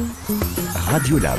Radiolab.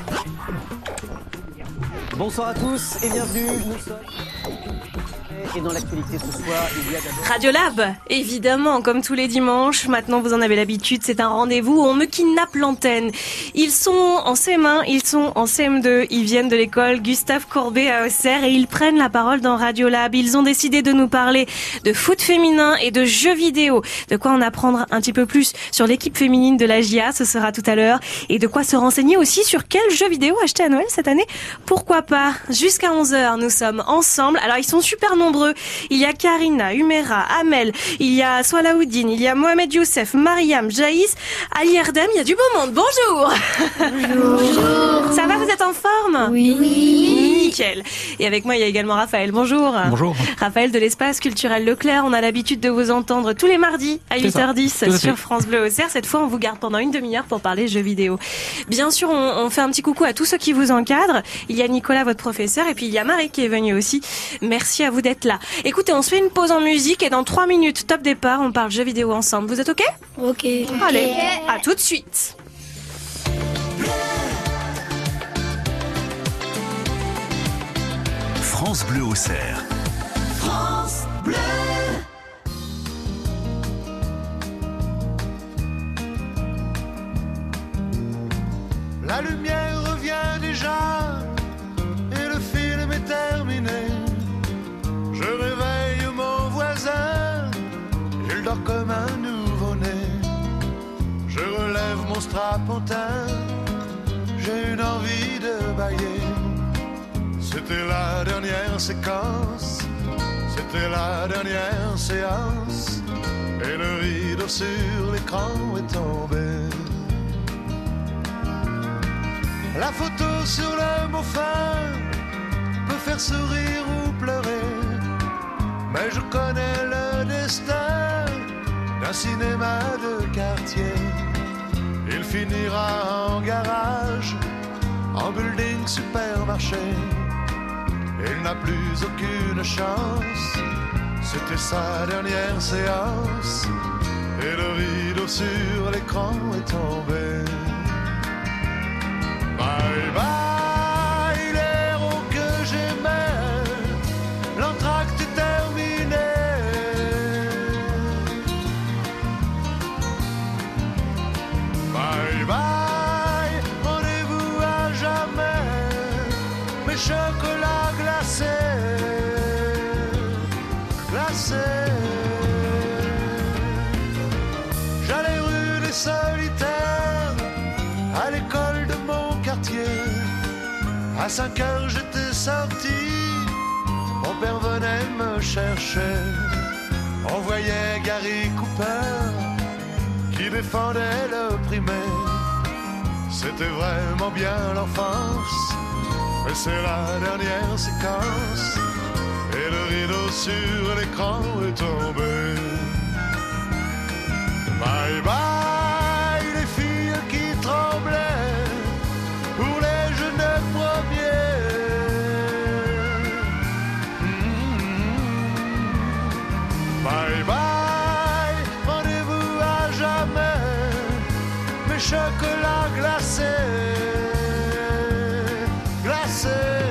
Bonsoir à tous et bienvenue. Nous sommes... Et dans l'actualité ce soir, il y a d'abord... Radiolab, évidemment, comme tous les dimanches. Maintenant, vous en avez l'habitude, c'est un rendez-vous où on me kidnappe l'antenne. Ils sont en CM1, ils sont en CM2, ils viennent de l'école Gustave Courbet à Auxerre et ils prennent la parole dans Radiolab. Ils ont décidé de nous parler de foot féminin et de jeux vidéo. De quoi en apprendre un petit peu plus sur l'équipe féminine de la GIA, ce sera tout à l'heure. Et de quoi se renseigner aussi sur quel jeu vidéo acheter à Noël cette année. Pourquoi pas? Jusqu'à 11h, nous sommes ensemble. Alors, ils sont super nombreux. Il y a Karina, Humera, Amel, il y a Swalaoudine, il y a Mohamed Youssef, Mariam, Jaïs, Ali Erdem, il y a du beau monde. Bonjour. Bonjour. Ça va, vous êtes en forme? Oui. Nickel. Et avec moi, il y a également Raphaël. Bonjour. Bonjour. Raphaël de l'espace culturel Leclerc. On a l'habitude de vous entendre tous les mardis à 8h10 sur France Bleu Auxerre. Cette fois, on vous garde pendant une demi-heure pour parler jeux vidéo. Bien sûr, on fait un petit coucou à tous ceux qui vous encadrent. Il y a Nicolas, votre professeur, et puis il y a Marie qui est venue aussi. Merci à vous d'être là. Écoutez, on se fait une pause en musique et dans 3 minutes, top départ, on parle jeux vidéo ensemble. Vous êtes OK? Ok. Allez, à tout de suite. France Bleu Auxerre. France Bleu. La lumière revient déjà et le film est terminé. Je réveille mon voisin, il dort comme un nouveau-né. Je relève mon strapontin, j'ai une envie de bailler. C'était la dernière séquence, c'était la dernière séance, et le rideau sur l'écran est tombé. La photo sur le mot fin peut faire sourire ou pleurer, mais je connais le destin d'un cinéma de quartier. Il finira en garage, en building supermarché. Il n'a plus aucune chance, c'était sa dernière séance, et le rideau sur l'écran est tombé. Bye bye, l'héros que j'aimais, l'entracte est terminé. Bye bye, rendez-vous à jamais, mes chocolats glacés, glacés. J'allais rue des Solitaires, à l'école de mon quartier. À 5 heures j'étais sorti, mon père venait me chercher. On voyait Gary Cooper qui défendait le primaire. C'était vraiment bien l'enfance, mais c'est la dernière séquence, et le rideau sur l'écran est tombé. Bye bye les filles qui tremblaient pour les jeunes premiers. Bye bye, rendez-vous à jamais, mes chocolats glacés, glacés.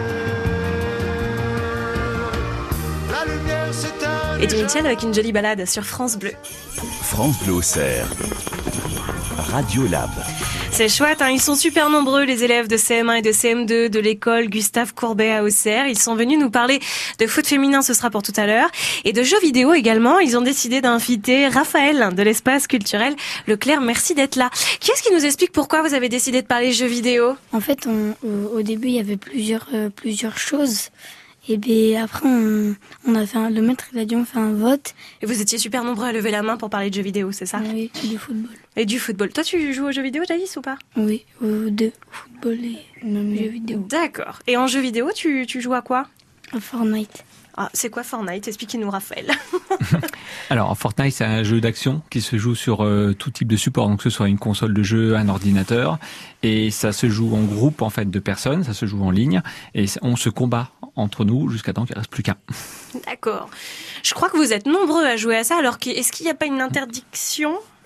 La lumière s'éteint. Et Mitchell avec une jolie balade sur France Bleu. France Bleu Auxerre. Radiolab. C'est chouette, hein, ils sont super nombreux, les élèves de CM1 et de CM2 de l'école Gustave Courbet à Auxerre. Ils sont venus nous parler de foot féminin, ce sera pour tout à l'heure, et de jeux vidéo également. Ils ont décidé d'inviter Raphaël de l'espace culturel Leclerc. Merci d'être là. Qui est-ce qui nous explique pourquoi vous avez décidé de parler jeux vidéo? En fait, au début, il y avait plusieurs choses. Et bien après, on a fait le maître il a dit on fait un vote. Et vous étiez super nombreux à lever la main pour parler de jeux vidéo, c'est ça? Oui, du football. Et du football. Toi, tu joues aux jeux vidéo, Jaïs, ou pas? Oui, de football et même jeux vidéo. D'accord. Et en jeux vidéo, tu joues à quoi? À Fortnite. Ah, c'est quoi Fortnite? Expliquez-nous, Raphaël. Alors, Fortnite, c'est un jeu d'action qui se joue sur tout type de support, donc que ce soit une console de jeu, un ordinateur, et ça se joue en groupe en fait de personnes, ça se joue en ligne, et on se combat entre nous jusqu'à temps qu'il ne reste plus qu'un. D'accord. Je crois que vous êtes nombreux à jouer à ça, alors est-ce qu'il n'y a pas une interdiction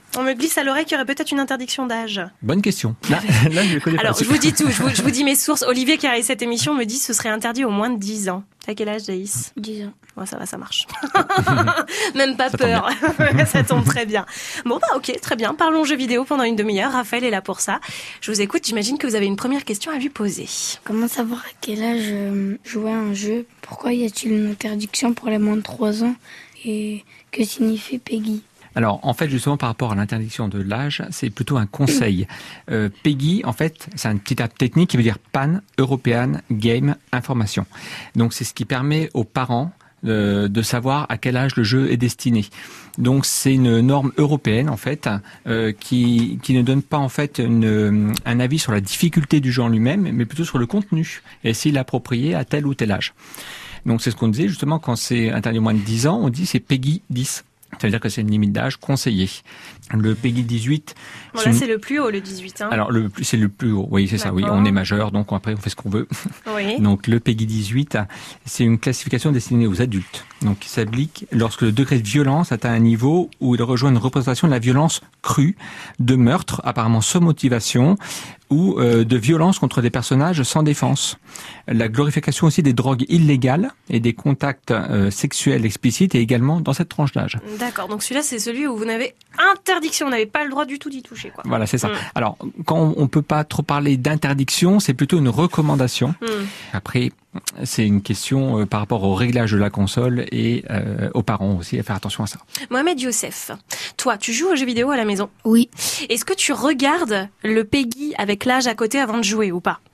On me glisse à l'oreille qu'il y aurait peut-être une interdiction d'âge. Bonne question. Là je connais pas. Alors, je vous dis tout, je vous dis mes sources. Olivier qui a réalisé cette émission me dit que ce serait interdit au moins de 10 ans. T'as quel âge, Daïs ? 10 ans. Ouais, ça va, ça marche. Même pas Ça peur. Ça tombe très bien. Bon, bah ok, très bien. Parlons jeux vidéo pendant une demi-heure. Raphaël est là pour ça. Je vous écoute. J'imagine que vous avez une première question à lui poser. Comment savoir à quel âge jouer à un jeu? Pourquoi y a-t-il une interdiction pour les moins de 3 ans? Et que signifie PEGI? Alors, en fait, justement, par rapport à l'interdiction de l'âge, c'est plutôt un conseil. PEGI, en fait, c'est un petit terme technique qui veut dire Pan European Game Information. Donc, c'est ce qui permet aux parents de savoir à quel âge le jeu est destiné. Donc, c'est une norme européenne, en fait, qui ne donne pas, en fait, un avis sur la difficulté du jeu en lui-même, mais plutôt sur le contenu et s'il est approprié à tel ou tel âge. Donc, c'est ce qu'on disait, justement, quand c'est interdit au moins de 10 ans, on dit c'est PEGI 10. Ça veut dire que c'est une limite d'âge conseillée. Le PEGI 18... Bon, là, c'est le plus haut, le 18. Hein. Alors, c'est le plus haut. Oui, c'est ça. Oui, on est majeur, donc après, on fait ce qu'on veut. Oui. Donc, le PEGI 18, c'est une classification destinée aux adultes. Donc, qui s'applique lorsque le degré de violence atteint un niveau où il rejoint une représentation de la violence crue, de meurtre, apparemment sans motivation, ou de violence contre des personnages sans défense. La glorification aussi des drogues illégales et des contacts sexuels explicites est également dans cette tranche d'âge. D'accord, donc celui-là, c'est celui où vous n'avez interdiction, vous n'avez pas le droit du tout d'y toucher, quoi. Voilà, c'est ça. Alors, quand on peut pas trop parler d'interdiction, c'est plutôt une recommandation. Après, c'est une question par rapport au réglage de la console et aux parents aussi à faire attention à ça. Mohamed Youssef, toi, tu joues aux jeux vidéo à la maison? Oui. Est-ce que tu regardes le PEGI avec l'âge à côté avant de jouer ou pas?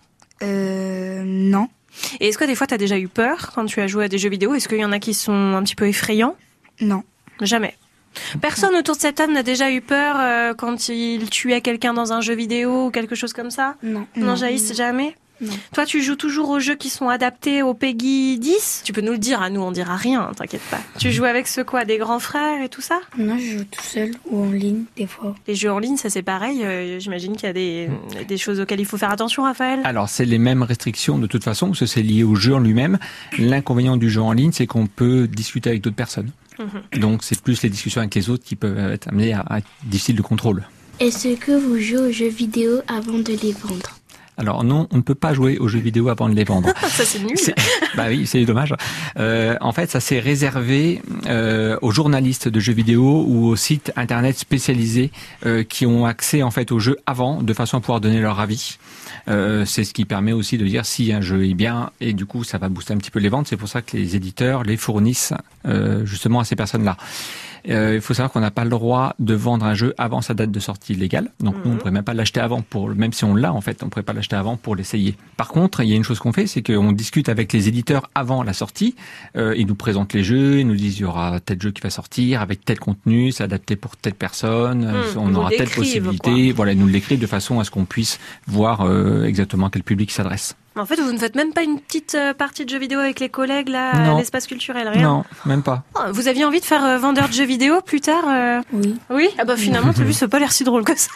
Non. Et est-ce que des fois, tu as déjà eu peur quand tu as joué à des jeux vidéo? Est-ce qu'il y en a qui sont un petit peu effrayants? Non. Jamais. Personne autour de cette table n'a déjà eu peur quand il tuait quelqu'un dans un jeu vidéo ou quelque chose comme ça? Non. Non, Jaïs, jamais? Non. Toi, tu joues toujours aux jeux qui sont adaptés au PEGI 10? Tu peux nous le dire, à nous, on dira rien, t'inquiète pas. Tu joues avec ce quoi, des grands frères et tout ça? Non, je joue tout seul ou en ligne, des fois. Les jeux en ligne, ça c'est pareil. J'imagine qu'il y a des choses auxquelles il faut faire attention, Raphaël. Alors, c'est les mêmes restrictions de toute façon, parce que c'est lié au jeu en lui-même. L'inconvénient du jeu en ligne, c'est qu'on peut discuter avec d'autres personnes. Donc, c'est plus les discussions avec les autres qui peuvent être amenées à être difficiles de contrôle. Est-ce que vous jouez aux jeux vidéo avant de les vendre? Alors non, on ne peut pas jouer aux jeux vidéo avant de les vendre. Ça c'est nul. Bah oui, c'est dommage. En fait, ça s'est réservé aux journalistes de jeux vidéo ou aux sites internet spécialisés qui ont accès en fait aux jeux avant, de façon à pouvoir donner leur avis. C'est ce qui permet aussi de dire si un jeu est bien et du coup ça va booster un petit peu les ventes. C'est pour ça que les éditeurs les fournissent justement à ces personnes-là. Il faut savoir qu'on n'a pas le droit de vendre un jeu avant sa date de sortie légale. Donc nous, on ne pourrait même pas l'acheter avant, même si on l'a en fait, on ne pourrait pas l'acheter avant pour l'essayer. Par contre, il y a une chose qu'on fait, c'est qu'on discute avec les éditeurs avant la sortie. Ils nous présentent les jeux, ils nous disent il y aura tel jeu qui va sortir avec tel contenu, c'est adapté pour telle personne, on aura telle possibilité. Voilà, ils nous l'écrivent de façon à ce qu'on puisse voir exactement à quel public il s'adresse. En fait, vous ne faites même pas une petite partie de jeux vidéo avec les collègues là, à l'espace culturel, rien? Non, même pas. Oh, vous aviez envie de faire vendeur de jeux vidéo plus tard? Oui. Oui? Ah bah finalement, t'as vu, ça n'a pas l'air si drôle que ça.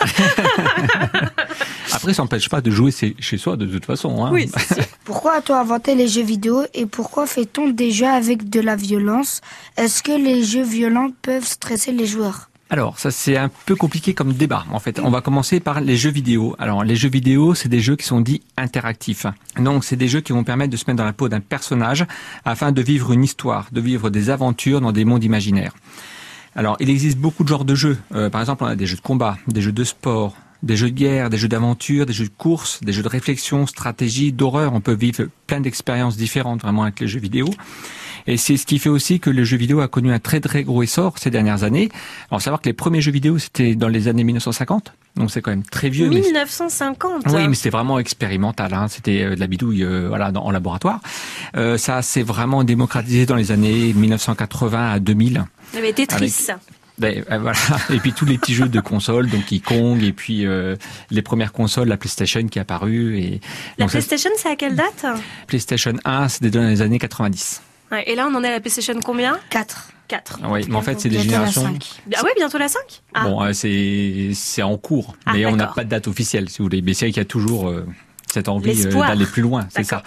Après, ça n'empêche pas de jouer chez soi de toute façon. Hein. Oui, c'est sûr. Pourquoi a-t-on inventé les jeux vidéo et pourquoi fait-on des jeux avec de la violence? Est-ce que les jeux violents peuvent stresser les joueurs? Alors, ça c'est un peu compliqué comme débat. En fait, on va commencer par les jeux vidéo. Alors, les jeux vidéo, c'est des jeux qui sont dits interactifs. Donc, c'est des jeux qui vont permettre de se mettre dans la peau d'un personnage afin de vivre une histoire, de vivre des aventures dans des mondes imaginaires. Alors, il existe beaucoup de genres de jeux. Par exemple, on a des jeux de combat, des jeux de sport, des jeux de guerre, des jeux d'aventure, des jeux de course, des jeux de réflexion, stratégie, d'horreur. On peut vivre plein d'expériences différentes vraiment avec les jeux vidéo. Et c'est ce qui fait aussi que le jeu vidéo a connu un très très gros essor ces dernières années. Alors savoir que les premiers jeux vidéo c'était dans les années 1950, donc c'est quand même très vieux. 1950. Oui, mais c'était vraiment expérimental. Hein. C'était de la bidouille, en laboratoire. Ça s'est vraiment démocratisé dans les années 1980 à 2000. Il y avait Tetris. Voilà. Et puis tous les petits jeux de consoles, donc Kong, et puis les premières consoles, la PlayStation qui est apparue. Et la PlayStation, c'est à quelle date? PlayStation 1, c'était dans les années 90. Ouais, et là, on en est à la PlayStation combien? 4. Oui, mais en fait, c'est des générations. Ah ouais, bientôt la 5? Ah. Bon, c'est en cours, mais on n'a pas de date officielle, si vous voulez. Mais c'est vrai qu'il y a toujours cette envie d'aller plus loin, c'est ça.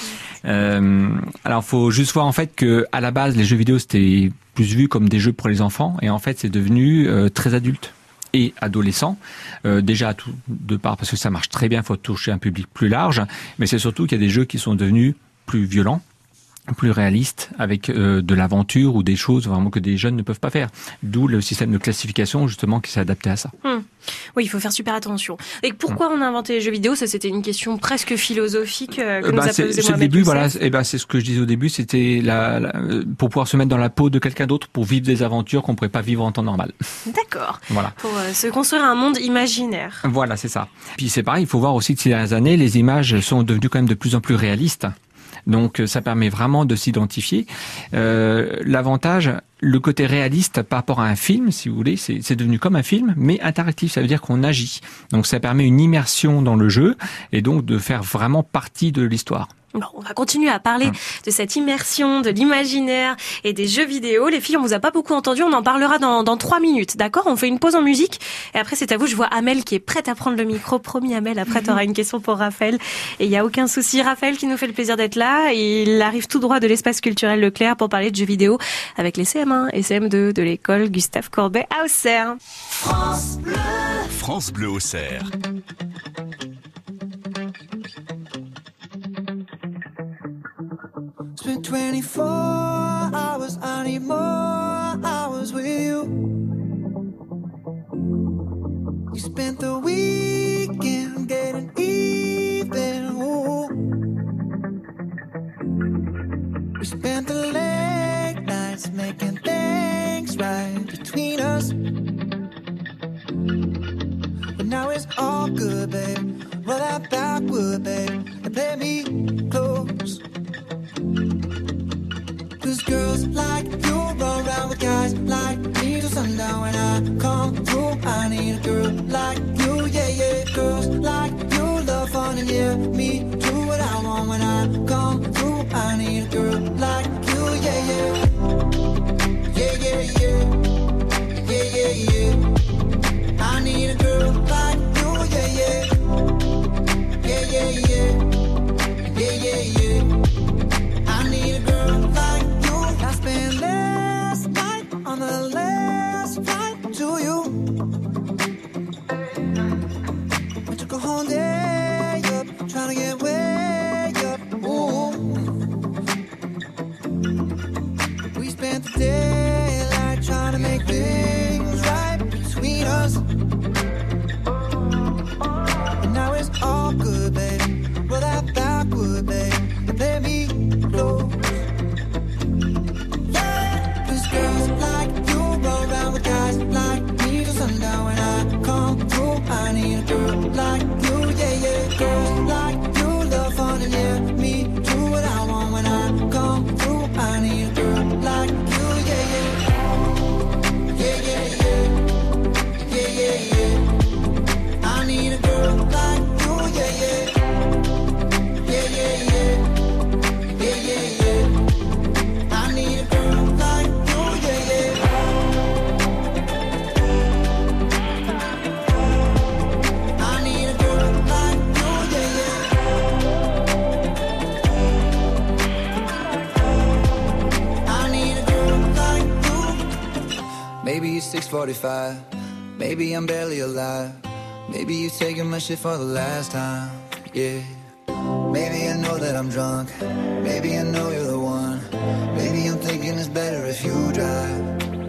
Alors, faut juste voir en fait que à la base, les jeux vidéo c'était plus vu comme des jeux pour les enfants, et en fait, c'est devenu très adulte. et adolescents. Déjà, tout de part parce que ça marche très bien, il faut toucher un public plus large, mais c'est surtout qu'il y a des jeux qui sont devenus plus violents, plus réaliste, avec de l'aventure ou des choses vraiment que des jeunes ne peuvent pas faire. D'où le système de classification justement qui s'est adapté à ça. Oui, il faut faire super attention. Et pourquoi on a inventé les jeux vidéo ? Ça, c'était une question presque philosophique que nous a posé c'est le Mohamed début, Youssef. voilà. C'est ce que je disais au début, c'était pour pouvoir se mettre dans la peau de quelqu'un d'autre, pour vivre des aventures qu'on pourrait pas vivre en temps normal. D'accord. Voilà. Pour se construire un monde imaginaire. Voilà, c'est ça. Puis c'est pareil, il faut voir aussi que ces dernières années, les images sont devenues quand même de plus en plus réalistes. Donc ça permet vraiment de s'identifier. L'avantage, le côté réaliste par rapport à un film, si vous voulez, c'est devenu comme un film, mais interactif, ça veut dire qu'on agit. Donc ça permet une immersion dans le jeu et donc de faire vraiment partie de l'histoire. Bon, on va continuer à parler de cette immersion, de l'imaginaire et des jeux vidéo. Les filles, on vous a pas beaucoup entendu, on en parlera dans 3 minutes, d'accord ? On fait une pause en musique et après c'est à vous. Je vois Amel qui est prête à prendre le micro. Promis Amel, après tu auras une question pour Raphaël. Et il y a aucun souci, Raphaël qui nous fait le plaisir d'être là. Et il arrive tout droit de l'espace culturel Leclerc pour parler de jeux vidéo avec les CM1 et CM2 de l'école Gustave Courbet à Auxerre. France Bleu. France Bleu Auxerre. Spent 24 hours, I need more hours with you. You spent the weekend getting even, ooh. We spent the late nights making things right between us. But now it's all good, babe. Roll that backward, babe, and play me close. Cause girls like you run around with guys like me till sundown. When I come through, I need a girl like you, yeah, yeah. Girls like you love fun and yeah, me do what I want. When I come through, I need a girl like you, yeah, yeah. Yeah, yeah, yeah. Yeah, yeah, yeah. I need a girl like you, yeah, yeah. Yeah, yeah, yeah. Yeah, yeah, yeah. I need a girl like you. I spent last night on the last flight to you. I took a whole day up, trying to get way up. Ooh. We spent the daylight trying to make things right between us. And now it's all good, baby. Roll that backward, babe, and play me close. Girls like you roll around with guys like me till sundown. When I come through, I need a girl like you, yeah, yeah. Girls like you love fun and yeah, me do what I want. When I come through, I need a girl like you, yeah, yeah. Yeah, yeah, yeah. Yeah, yeah, yeah. I need a girl like you, yeah, yeah. Yeah, yeah, yeah. Yeah, yeah, yeah. I need a girl like you, yeah, yeah. I need a girl like you, yeah, yeah. I need a girl like you. Maybe it's 6:45. Maybe I'm barely alive. Maybe you taking my shit for the last time, yeah. Maybe I know that I'm drunk. Maybe I know you're the one. Maybe I'm thinking it's better if you drive.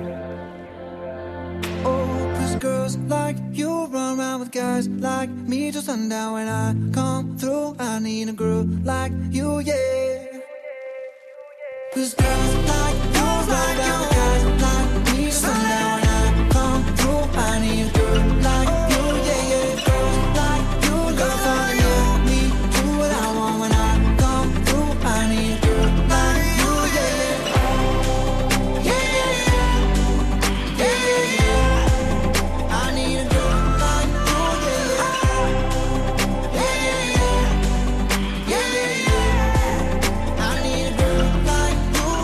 Oh, cause girls like you run around with guys like me till sundown. When I come through, I need a girl like you, yeah. Cause girls like you run around with guys like me till sundown. When I come through, I need a girl like you, yeah, yeah. Girls like you love fun, yeah. Me do what I want. When I come through, I need a girl like you, yeah, yeah. Yeah, yeah, yeah. Yeah, yeah, yeah. I need a girl like you, yeah, yeah. Yeah, yeah, yeah. Yeah, yeah, yeah. I need a girl like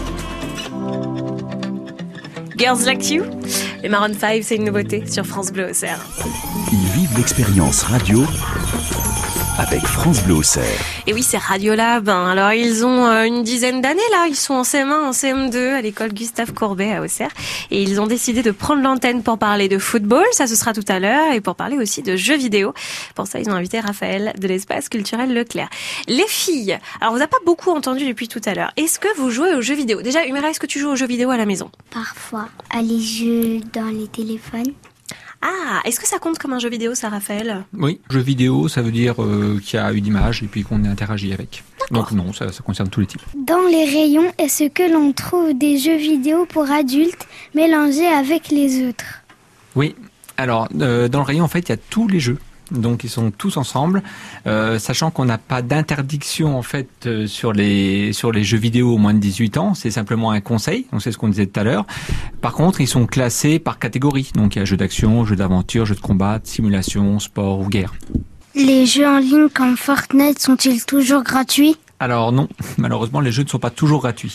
you. Girls Like You, les Maroon 5, c'est une nouveauté sur France Bleu Auxerre. Ils vivent l'expérience radio avec France Bleu Auxerre. Et oui, c'est Radiolab. Alors, ils ont une dizaine d'années là. Ils sont en CM1, en CM2 à l'école Gustave Courbet à Auxerre. Et ils ont décidé de prendre l'antenne pour parler de football. Ça, ce sera tout à l'heure. Et pour parler aussi de jeux vidéo. Pour ça, ils ont invité Raphaël de l'espace culturel Leclerc. Les filles, alors on vous a pas beaucoup entendu depuis tout à l'heure. Est-ce que vous jouez aux jeux vidéo? Déjà, Humera, est-ce que tu joues aux jeux vidéo à la maison? Parfois, à les jeux dans les téléphones. Ah, est-ce que ça compte comme un jeu vidéo, ça, Raphaël? Oui, jeu vidéo, ça veut dire qu'il y a une image et puis qu'on interagit avec. Donc non, ça concerne tous les types. Dans les rayons, est-ce que l'on trouve des jeux vidéo pour adultes mélangés avec les autres? Oui, alors dans le rayon, en fait, il y a tous les jeux. Donc ils sont tous ensemble, sachant qu'on n'a pas d'interdiction en fait sur les jeux vidéo au moins de 18 ans, c'est simplement un conseil, donc c'est ce qu'on disait tout à l'heure. Par contre, ils sont classés par catégorie, donc il y a jeux d'action, jeux d'aventure, jeux de combat, de simulation, sport ou guerre. Les jeux en ligne comme Fortnite sont-ils toujours gratuits? Alors non, malheureusement les jeux ne sont pas toujours gratuits.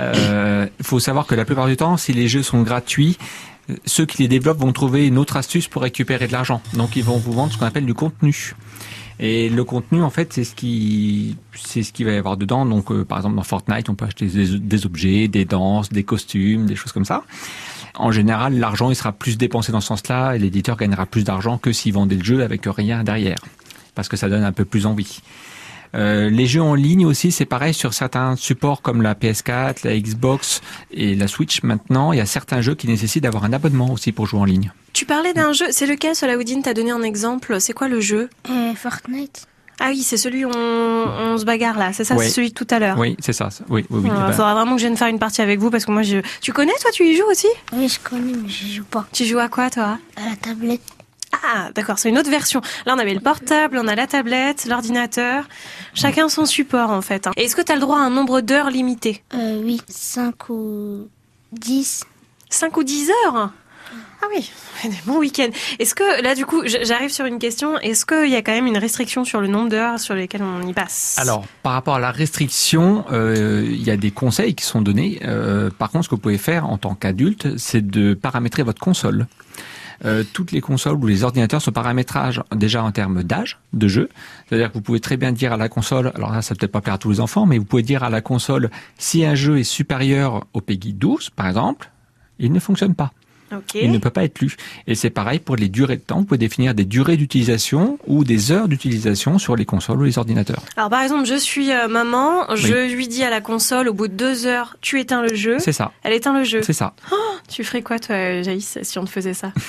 Il faut savoir que la plupart du temps, si les jeux sont gratuits, ceux qui les développent vont trouver une autre astuce pour récupérer de l'argent. Donc ils vont vous vendre ce qu'on appelle du contenu. Et le contenu, en fait, c'est ce qui va y avoir dedans. Donc par exemple dans Fortnite, on peut acheter des objets, des danses, des costumes, des choses comme ça. En général, l'argent il sera plus dépensé dans ce sens-là et l'éditeur gagnera plus d'argent que s'il vendait le jeu avec rien derrière. Parce que ça donne un peu plus envie. Les jeux en ligne aussi, c'est pareil sur certains supports comme la PS4, la Xbox et la Switch. Maintenant, il y a certains jeux qui nécessitent d'avoir un abonnement aussi pour jouer en ligne. Tu parlais d'un jeu, c'est lequel, Salahoudine? T'as donné un exemple. C'est quoi le jeu? Fortnite. Ah oui, c'est celui où on se bagarre là, c'est ça, Ouais. C'est celui de tout à l'heure. Oui, c'est ça. Oui. Il faudra vraiment que je vienne faire une partie avec vous parce que moi, tu connais, toi, tu y joues aussi? Oui, je connais, mais je joue pas. Tu joues à quoi, toi? À la tablette. Ah, d'accord, c'est une autre version. Là, on avait le portable, on a la tablette, l'ordinateur. Chacun son support, en fait. Et est-ce que tu as le droit à un nombre d'heures limité? Oui, 5 ou 10. 5 ou 10 heures? Ah oui, des bons week-ends. Est-ce que, là, du coup, j'arrive sur une question. Est-ce qu'il y a quand même une restriction sur le nombre d'heures sur lesquelles on y passe? Alors, par rapport à la restriction, il y a des conseils qui sont donnés. Par contre, ce que vous pouvez faire en tant qu'adulte, c'est de paramétrer votre console. Toutes les consoles ou les ordinateurs sont paramétrage déjà en termes d'âge de jeu. C'est-à-dire que vous pouvez très bien dire à la console, alors là ça peut-être pas plaire à tous les enfants, mais vous pouvez dire à la console si un jeu est supérieur au PEGI 12 par exemple, il ne fonctionne pas. Okay. Il ne peut pas être lu. Et c'est pareil pour les durées de temps. Vous pouvez définir des durées d'utilisation ou des heures d'utilisation sur les consoles ou les ordinateurs. Alors par exemple, je suis maman, je lui dis à la console, au bout de 2 heures, tu éteins le jeu. C'est ça. Elle éteint le jeu. C'est ça. Oh, tu ferais quoi toi, Jaïs, si on te faisait ça?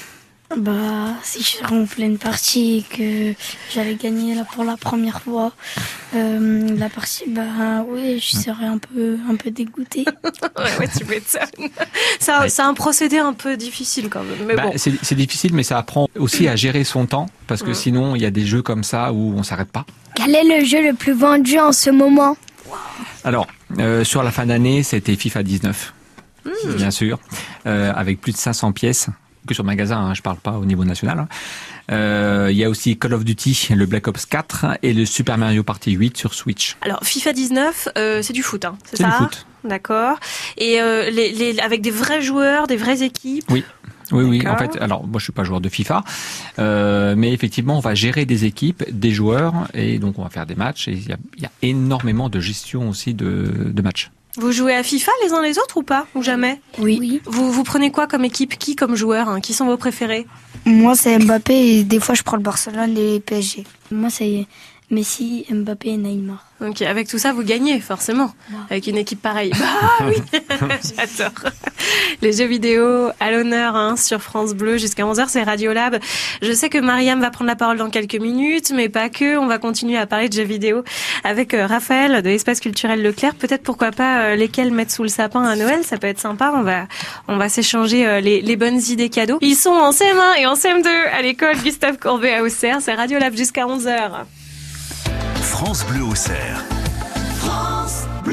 Si je ronflais une partie et que j'allais gagner là pour la première fois, la partie, oui, je serais un peu dégoûtée. ouais, tu m'étonnes. C'est un procédé un peu difficile quand même. Mais bon. C'est difficile, mais ça apprend aussi à gérer son temps, parce que sinon, il y a des jeux comme ça où on s'arrête pas. Quel est le jeu le plus vendu en ce moment? Alors, sur la fin d'année, c'était FIFA 19, bien sûr, avec plus de 500 pièces. Que sur magasin, je parle pas au niveau national. Il y a aussi Call of Duty, le Black Ops 4 et le Super Mario Party 8 sur Switch. Alors FIFA 19, c'est du foot, c'est ça? C'est du foot. D'accord. Et avec des vrais joueurs, des vraies équipes? Oui. En fait, alors moi je suis pas joueur de FIFA, mais effectivement on va gérer des équipes, des joueurs, et donc on va faire des matchs. Et il y a énormément de gestion aussi de matchs. Vous jouez à FIFA les uns les autres ou pas? Ou jamais? Oui. Vous prenez quoi comme équipe? Qui comme joueur, hein? Qui sont vos préférés? Moi, c'est Mbappé et des fois, je prends le Barcelone et le PSG. Moi, c'est Messi, Mbappé et Neymar. Donc avec tout ça, vous gagnez forcément, avec une équipe pareille. Oui, j'adore. Les jeux vidéo à l'honneur sur France Bleu jusqu'à 11h, c'est Radiolab. Je sais que Mariam va prendre la parole dans quelques minutes, mais pas que. On va continuer à parler de jeux vidéo avec Raphaël de l'espace culturel Leclerc. Peut-être pourquoi pas lesquels mettre sous le sapin à Noël, ça peut être sympa. On va s'échanger les bonnes idées cadeaux. Ils sont en CM1 et en CM2 à l'école Gustave Courbet à Auxerre. C'est Radiolab jusqu'à 11h. France Bleu Auxerre. France Bleu.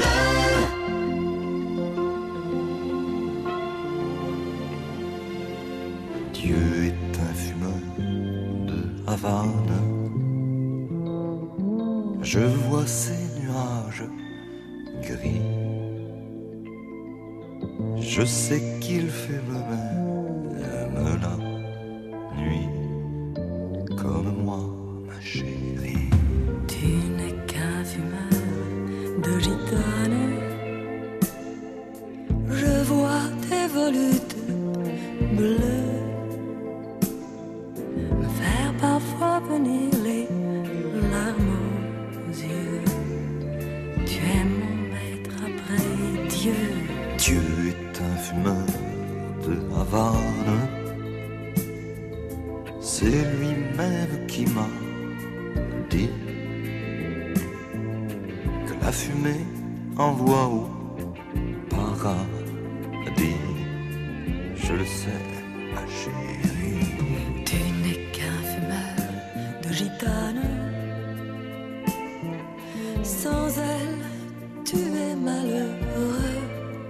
Dieu est un fumeur de Havane. Je vois ces nuages gris. Je sais qu'il fait le même la nuit, comme moi, ma chérie. Dieu est un fumeur de Havane. C'est lui-même qui m'a dit que la fumée envoie au paradis. Je le sais, ma chérie. Tu n'es qu'un fumeur de gitane. Sans elle, tu es malheureux.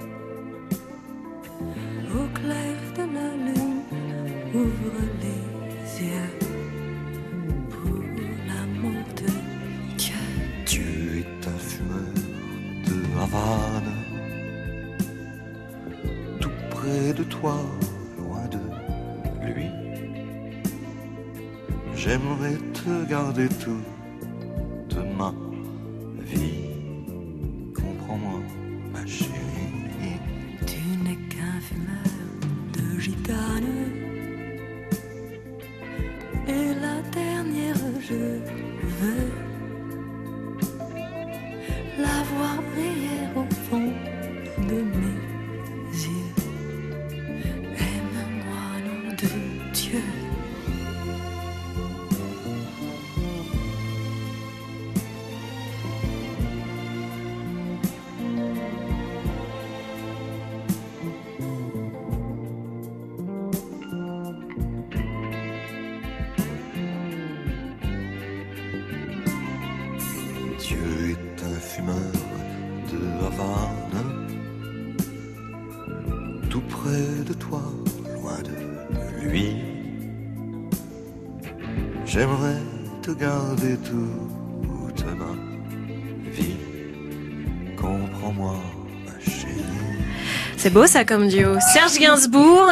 Au clair de la lune, ouvre les yeux pour l'amour de Dieu. Dieu est un fumeur de Havane. Tout près de toi, loin de lui. J'aimerais te garder toute ma vie. Comprends-moi, ma chérie. Tu n'es qu'un fumeur de gitane. Et la dernière, je veux la voir briller au fond de mes yeux. Aime-moi, nom de Dieu. Dieu est un fumeur de Havane. Tout près de toi, loin de lui. J'aimerais te garder toute ma vie. Comprends-moi, ma chérie. C'est beau ça comme duo. Serge Gainsbourg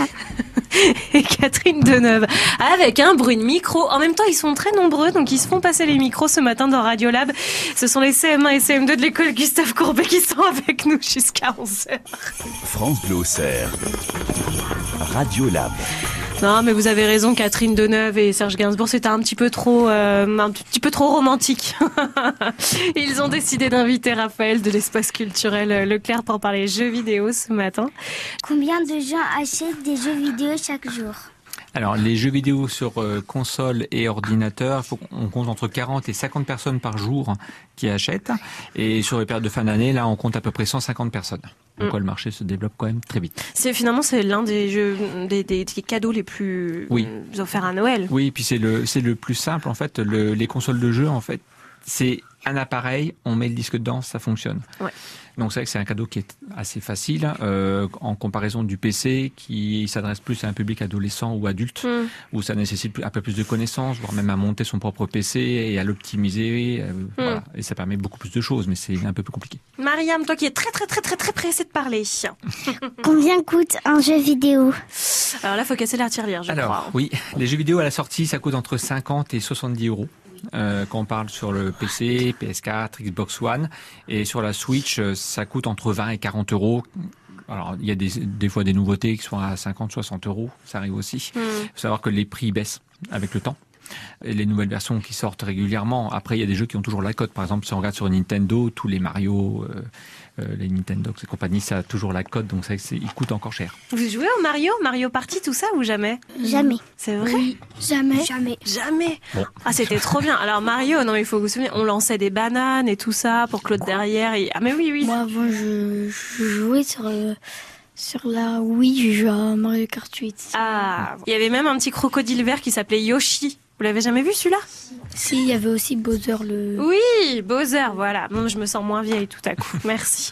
et Catherine Deneuve. Avec un bruit de micro. En même temps, ils sont très nombreux, donc ils se font passer les micros ce matin dans Radiolab. Ce sont les CM1 et CM2 de l'école Gustave Courbet qui sont avec nous jusqu'à 11h. France Bleu Auxerre. Radiolab. Non, mais vous avez raison, Catherine Deneuve et Serge Gainsbourg, c'était un petit peu trop romantique. Ils ont décidé d'inviter Raphaël de l'espace culturel Leclerc pour parler jeux vidéo ce matin. Combien de gens achètent des jeux vidéo chaque jour? Alors, les jeux vidéo sur console et ordinateur, on compte entre 40 et 50 personnes par jour qui achètent. Et sur les périodes de fin d'année, là, on compte à peu près 150 personnes. Donc, le marché se développe quand même très vite. Finalement, c'est l'un des jeux, des cadeaux les plus offerts à Noël. Oui, et puis c'est le plus simple, en fait. Les consoles de jeux, en fait, c'est un appareil, on met le disque dedans, ça fonctionne. Ouais. Donc c'est vrai que c'est un cadeau qui est assez facile en comparaison du PC qui s'adresse plus à un public adolescent ou adulte où ça nécessite un peu plus de connaissances, voire même à monter son propre PC et à l'optimiser. Voilà. Et ça permet beaucoup plus de choses, mais c'est un peu plus compliqué. Mariam, toi qui es très pressée de parler. Combien coûte un jeu vidéo? Alors là, il faut casser la tirelire, je crois. Oui, les jeux vidéo à la sortie, ça coûte entre 50 et 70 euros. Quand on parle sur le PC, PS4, Xbox One, et sur la Switch, ça coûte entre 20 et 40 euros. Alors, il y a des fois des nouveautés qui sont à 50, 60 euros, ça arrive aussi. Il faut savoir que les prix baissent avec le temps. Et les nouvelles versions qui sortent régulièrement. Après, il y a des jeux qui ont toujours la cote. Par exemple, si on regarde sur Nintendo, tous les Mario, les Nintendo et compagnie, ça a toujours la cote, donc ils coûtent encore cher. Vous jouez au Mario Party, tout ça, ou jamais? Jamais. C'est vrai? Oui. Jamais. Jamais. Bon. Ah, c'était trop bien. Alors Mario, non mais il faut vous souvenir, on lançait des bananes et tout ça pour Claude derrière. Ah mais oui. Moi avant, je jouais sur la Wii, je jouais à Mario Kart 8. Ah, il y avait même un petit crocodile vert qui s'appelait Yoshi. Vous l'avez jamais vu celui-là? Si, il y avait aussi Bowser le... Oui, Bowser, voilà. Bon, je me sens moins vieille tout à coup. Merci.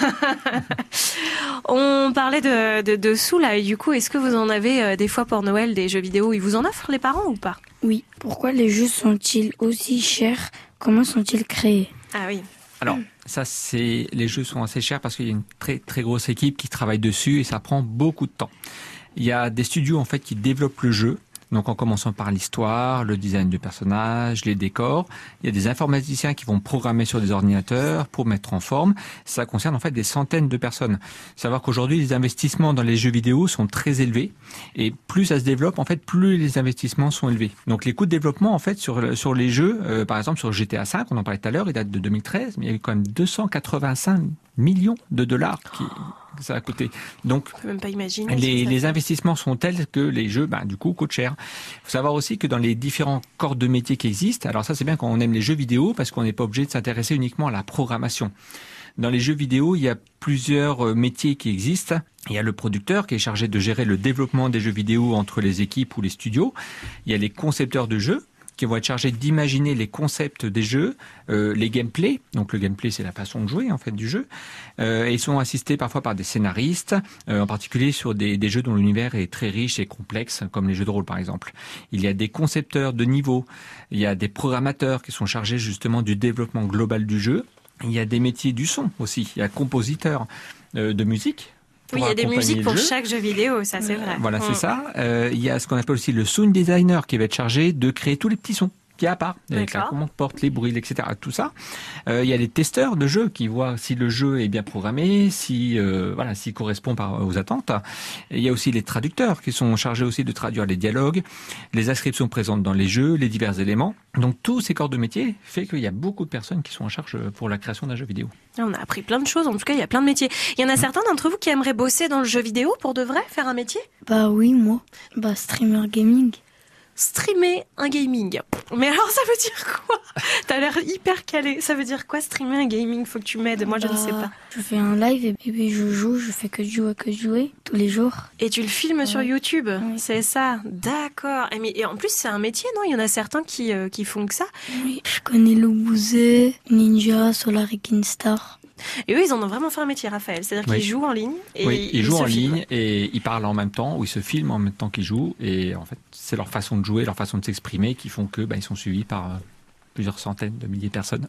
On parlait de sous là, et du coup, est-ce que vous en avez des fois pour Noël des jeux vidéo? Ils vous en offrent les parents ou pas? Oui. Pourquoi les jeux sont-ils aussi chers? Comment sont-ils créés? Ah oui. Alors, les jeux sont assez chers parce qu'il y a une très très grosse équipe qui travaille dessus et ça prend beaucoup de temps. Il y a des studios en fait qui développent le jeu. Donc en commençant par l'histoire, le design du personnage, les décors. Il y a des informaticiens qui vont programmer sur des ordinateurs pour mettre en forme. Ça concerne en fait des centaines de personnes. Savoir qu'aujourd'hui les investissements dans les jeux vidéo sont très élevés et plus ça se développe en fait plus les investissements sont élevés. Donc les coûts de développement en fait sur les jeux, par exemple sur GTA 5, on en parlait tout à l'heure, il date de 2013, mais il y a eu quand même 285 millions de dollars ça a coûté. Donc, on peut même pas imaginer. Les investissements sont tels que les jeux, du coup, coûtent cher. Il faut savoir aussi que dans les différents corps de métier qui existent, alors ça c'est bien quand on aime les jeux vidéo parce qu'on n'est pas obligé de s'intéresser uniquement à la programmation. Dans les jeux vidéo, il y a plusieurs métiers qui existent. Il y a le producteur qui est chargé de gérer le développement des jeux vidéo entre les équipes ou les studios. Il y a les concepteurs de jeux qui vont être chargés d'imaginer les concepts des jeux, les gameplays. Donc le gameplay, c'est la façon de jouer en fait du jeu. Et ils sont assistés parfois par des scénaristes, en particulier sur des jeux dont l'univers est très riche et complexe, comme les jeux de rôle par exemple. Il y a des concepteurs de niveau, il y a des programmateurs qui sont chargés justement du développement global du jeu. Il y a des métiers du son aussi, il y a compositeurs de musique. Oui, il y a des musiques pour chaque jeu vidéo, ça c'est vrai. Voilà, c'est ça. Il y a ce qu'on appelle aussi le sound designer qui va être chargé de créer tous les petits sons qu'il y a à part, avec la commande porte, les bruits, etc. Tout ça. Il y a les testeurs de jeux qui voient si le jeu est bien programmé, s'il correspond aux attentes. Et il y a aussi les traducteurs qui sont chargés aussi de traduire les dialogues, les inscriptions présentes dans les jeux, les divers éléments. Donc tous ces corps de métier fait qu'il y a beaucoup de personnes qui sont en charge pour la création d'un jeu vidéo. On a appris plein de choses, en tout cas il y a plein de métiers. Il y en a certains d'entre vous qui aimeraient bosser dans le jeu vidéo pour de vrai, faire un métier ? Bah oui, moi. Streamer gaming. Streamer un gaming. Mais alors ça veut dire quoi ? T'as l'air hyper calé. Ça veut dire quoi streamer un gaming ? Faut que tu m'aides, moi je ne sais pas. Je fais un live et puis je joue, je fais que jouer tous les jours. Et tu le filmes sur YouTube, c'est ça ? D'accord. Et en plus c'est un métier, non ? Il y en a certains qui font que ça. Oui, je connais Lobouzé, Ninja, Solari Kinstar. Et eux, ils en ont vraiment fait un métier, Raphaël. C'est-à-dire qu'ils jouent en ligne. Et ils jouent en ligne et ils parlent en même temps, ou ils se filment en même temps qu'ils jouent. Et en fait, c'est leur façon de jouer, leur façon de s'exprimer qui font que ils sont suivis par plusieurs centaines de milliers de personnes.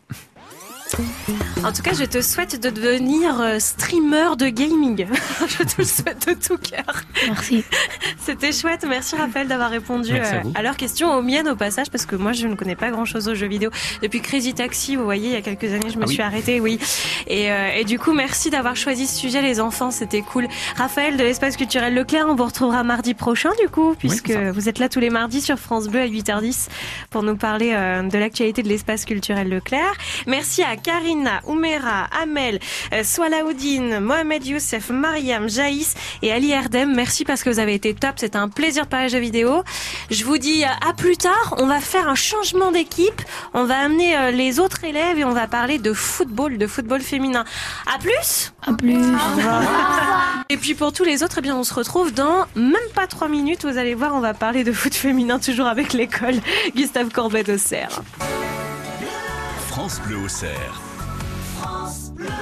En tout cas, je te souhaite de devenir streamer de gaming. Je te le souhaite de tout cœur. Merci. C'était chouette. Merci Raphaël d'avoir répondu à leurs questions, aux miennes au passage, parce que moi je ne connais pas grand-chose aux jeux vidéo. Depuis Crazy Taxi, vous voyez, il y a quelques années, je me suis arrêtée, oui. Et du coup, merci d'avoir choisi ce sujet, les enfants, c'était cool. Raphaël de l'Espace Culturel Leclerc, on vous retrouvera mardi prochain, du coup, puisque vous êtes là tous les mardis sur France Bleu à 8h10 pour nous parler de l'actualité de l'Espace Culturel Leclerc. Merci à Karina, Oumera, Amel, Swalaoudine, Mohamed Youssef, Mariam, Jaïs et Ali Erdem. Merci parce que vous avez été top. C'était un plaisir de parler jeux vidéo. Je vous dis à plus tard. On va faire un changement d'équipe. On va amener les autres élèves et on va parler de football féminin. À plus. À plus. Au revoir. Et puis pour tous les autres, on se retrouve dans même pas 3 minutes. Vous allez voir, on va parler de foot féminin toujours avec l'école Gustave Courbet d'Auxerre. France Bleu Auxerre. France Bleu.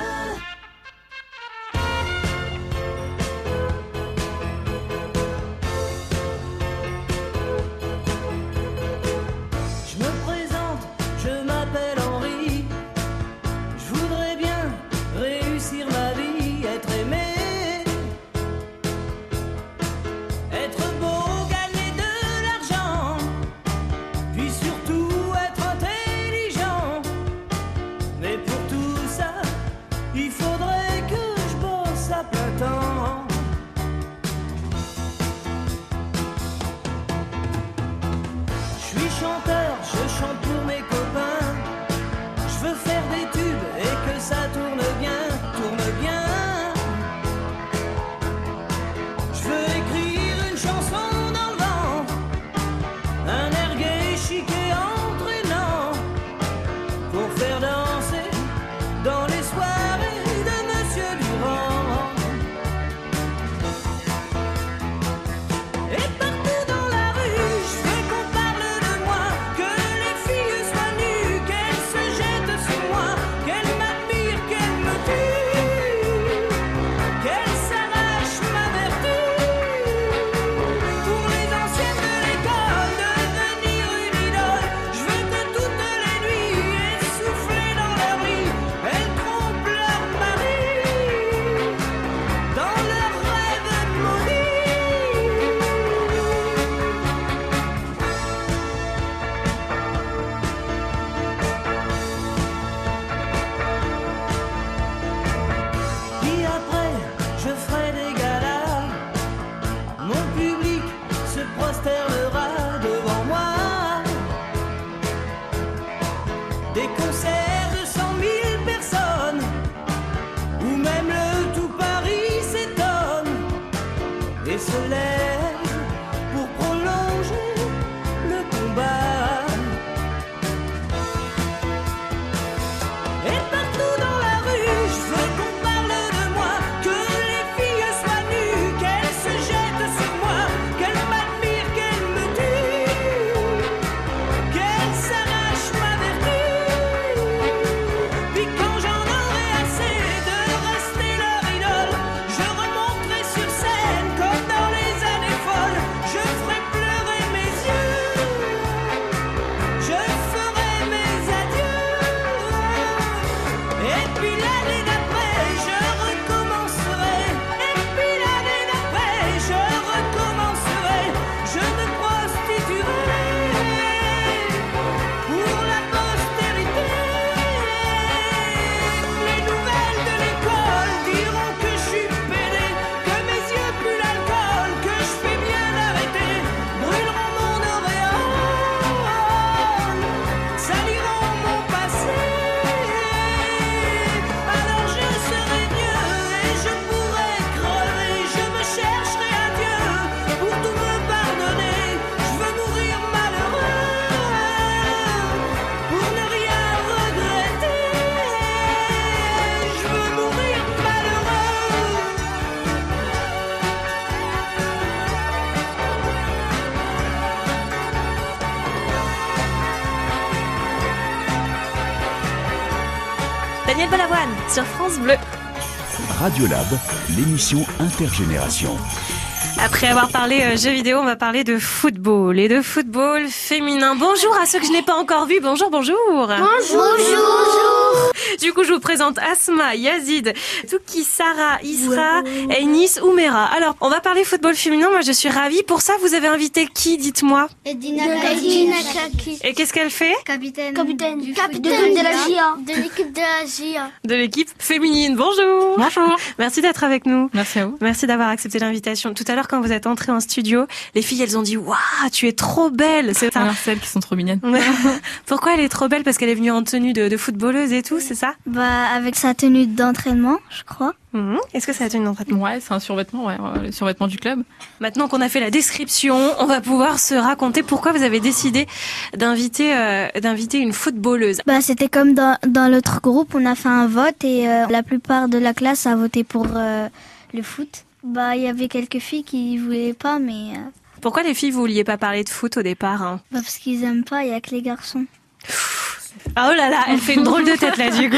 Je me présente, je m'appelle Henri. Je voudrais bien réussir ma vie, être aimé, être beau, gagner de l'argent, puis surtout être intelligent. Mais pour tout ça, il faudrait que je bosse à plein temps. Je suis chanteur, je chante pour mes copains. Je veux faire des tubes et que ça tourne bien, tourne bien. Je veux écrire une chanson dans le vent, un air gai, chic et entraînant, pour faire danser dans les soirées de Monsieur Durand. Et partout dans la rue, je veux qu'on parle de moi, que les filles soient nues, qu'elles se jettent sur moi, qu'elles m'admirent, qu'elles me tuent, qu'elles s'arrachent ma vertu. Pour les anciennes de l'école, devenir une idole. Je veux que toutes les nuits, essoufflées dans leur lit, elles trompent leur mari dans leurs rêves maudits. Puis après, je ferai des galas. Mon public se prosternera devant moi. Des concerts de 100 000 personnes, ou même le tout Paris Daniel Balavoine sur France Bleu. Radiolab, l'émission intergénération. Après avoir parlé jeux vidéo, on va parler de football et de football féminin. Bonjour à ceux que je n'ai pas encore vus. Bonjour. Bonjour. Du coup, je vous présente Asma, Yazid, Touki, Sarah, Isra, Enis, Oumera. Alors, on va parler football féminin. Moi, je suis ravie. Pour ça, vous avez invité qui, dites-moi? Edina Kaki. Et qu'est-ce qu'elle fait? Capitaine de la GIA. De l'équipe de la GIA. De l'équipe féminine. Bonjour. Bonjour. Merci d'être avec nous. Merci à vous. Merci d'avoir accepté l'invitation. Tout à l'heure, quand vous êtes entrée en studio, les filles, elles ont dit « Waouh, tu es trop belle !» C'est ça. Alors, celles qui sont trop mignonnes. Pourquoi elle est trop belle? Parce qu'elle est venue en tenue de footballeuse et tout, c'est ça? Avec sa tenue d'entraînement, je crois. Est-ce que c'est la tenue d'entraînement? Ouais, c'est un survêtement, le survêtement du club. Maintenant qu'on a fait la description, on va pouvoir se raconter pourquoi vous avez décidé d'inviter une footballeuse. C'était comme dans l'autre groupe, on a fait un vote et la plupart de la classe a voté pour le foot. Il y avait quelques filles qui voulaient pas, mais... Pourquoi les filles, vous vouliez pas parler de foot au départ, hein? Parce qu'ils aiment pas, il y a que les garçons. Ah, oh là là, elle fait une drôle de tête là du coup.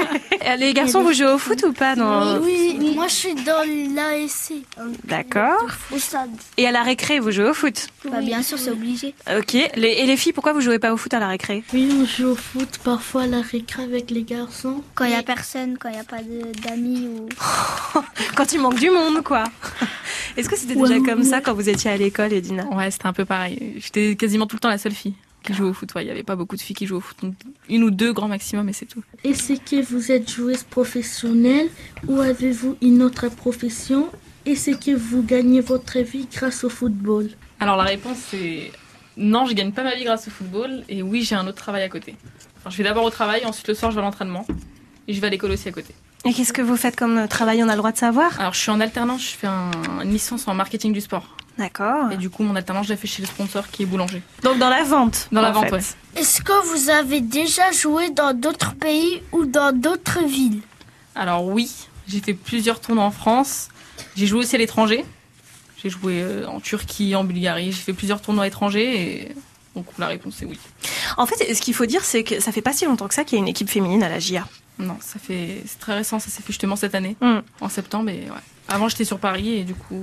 Les garçons, vous jouez au foot ou pas Oui, moi je suis dans l'ASC. D'accord. Au stade. Et à la récré, vous jouez au foot? Bien sûr, c'est obligé. Ok. Et les filles, pourquoi vous jouez pas au foot à la récré? Oui, on joue au foot parfois à la récré avec les garçons. Quand il y a personne, quand il y a pas d'amis ou... Quand il manque du monde, quoi. Est-ce que c'était déjà comme ça quand vous étiez à l'école, Edina? Ouais, c'était un peu pareil. J'étais quasiment tout le temps la seule fille qui joue au foot. Il n'y avait pas beaucoup de filles qui jouent au foot. Donc, une ou deux grand maximum et c'est tout. Est-ce que vous êtes joueuse professionnelle ou avez-vous une autre profession? Est-ce que vous gagnez votre vie grâce au football? Alors la réponse c'est non, je gagne pas ma vie grâce au football et oui, j'ai un autre travail à côté. Enfin, je vais d'abord au travail, ensuite le soir je vais à l'entraînement et je vais à l'école aussi à côté. Et qu'est-ce que vous faites comme travail? On a le droit de savoir? Alors je suis en alternance, je fais une licence en marketing du sport. D'accord. Et du coup, mon alternance, je l'ai fait chez le sponsor qui est boulanger. Donc dans la vente? Dans la vente, ouais. Est-ce que vous avez déjà joué dans d'autres pays ou dans d'autres villes? Alors oui, j'ai fait plusieurs tournois en France. J'ai joué aussi à l'étranger. J'ai joué en Turquie, en Bulgarie. J'ai fait plusieurs tournois étrangers et donc la réponse est oui. En fait, ce qu'il faut dire, c'est que ça fait pas si longtemps que ça qu'il y a une équipe féminine à la GIA. Non, c'est très récent, ça s'est fait justement cette année, en septembre. Et ouais. Avant, j'étais sur Paris et du coup,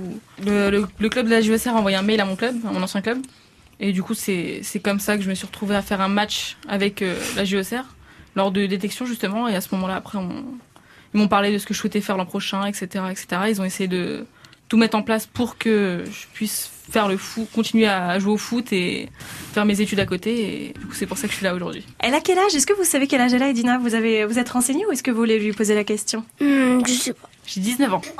le club de la JOSR a envoyé un mail à mon club, à mon ancien club. Et du coup, c'est comme ça que je me suis retrouvée à faire un match avec la JOSR lors de détection justement. Et à ce moment-là, après, ils m'ont parlé de ce que je souhaitais faire l'an prochain, etc., etc. Ils ont essayé de tout mettre en place pour que je puisse faire le foot, continuer à jouer au foot et faire mes études à côté. Et du coup, c'est pour ça que je suis là aujourd'hui. Elle a quel âge? Est-ce que vous savez quel âge elle a, Edina? Vous êtes renseignée ou est-ce que vous voulez lui poser la question? Je sais pas. J'ai 19 ans.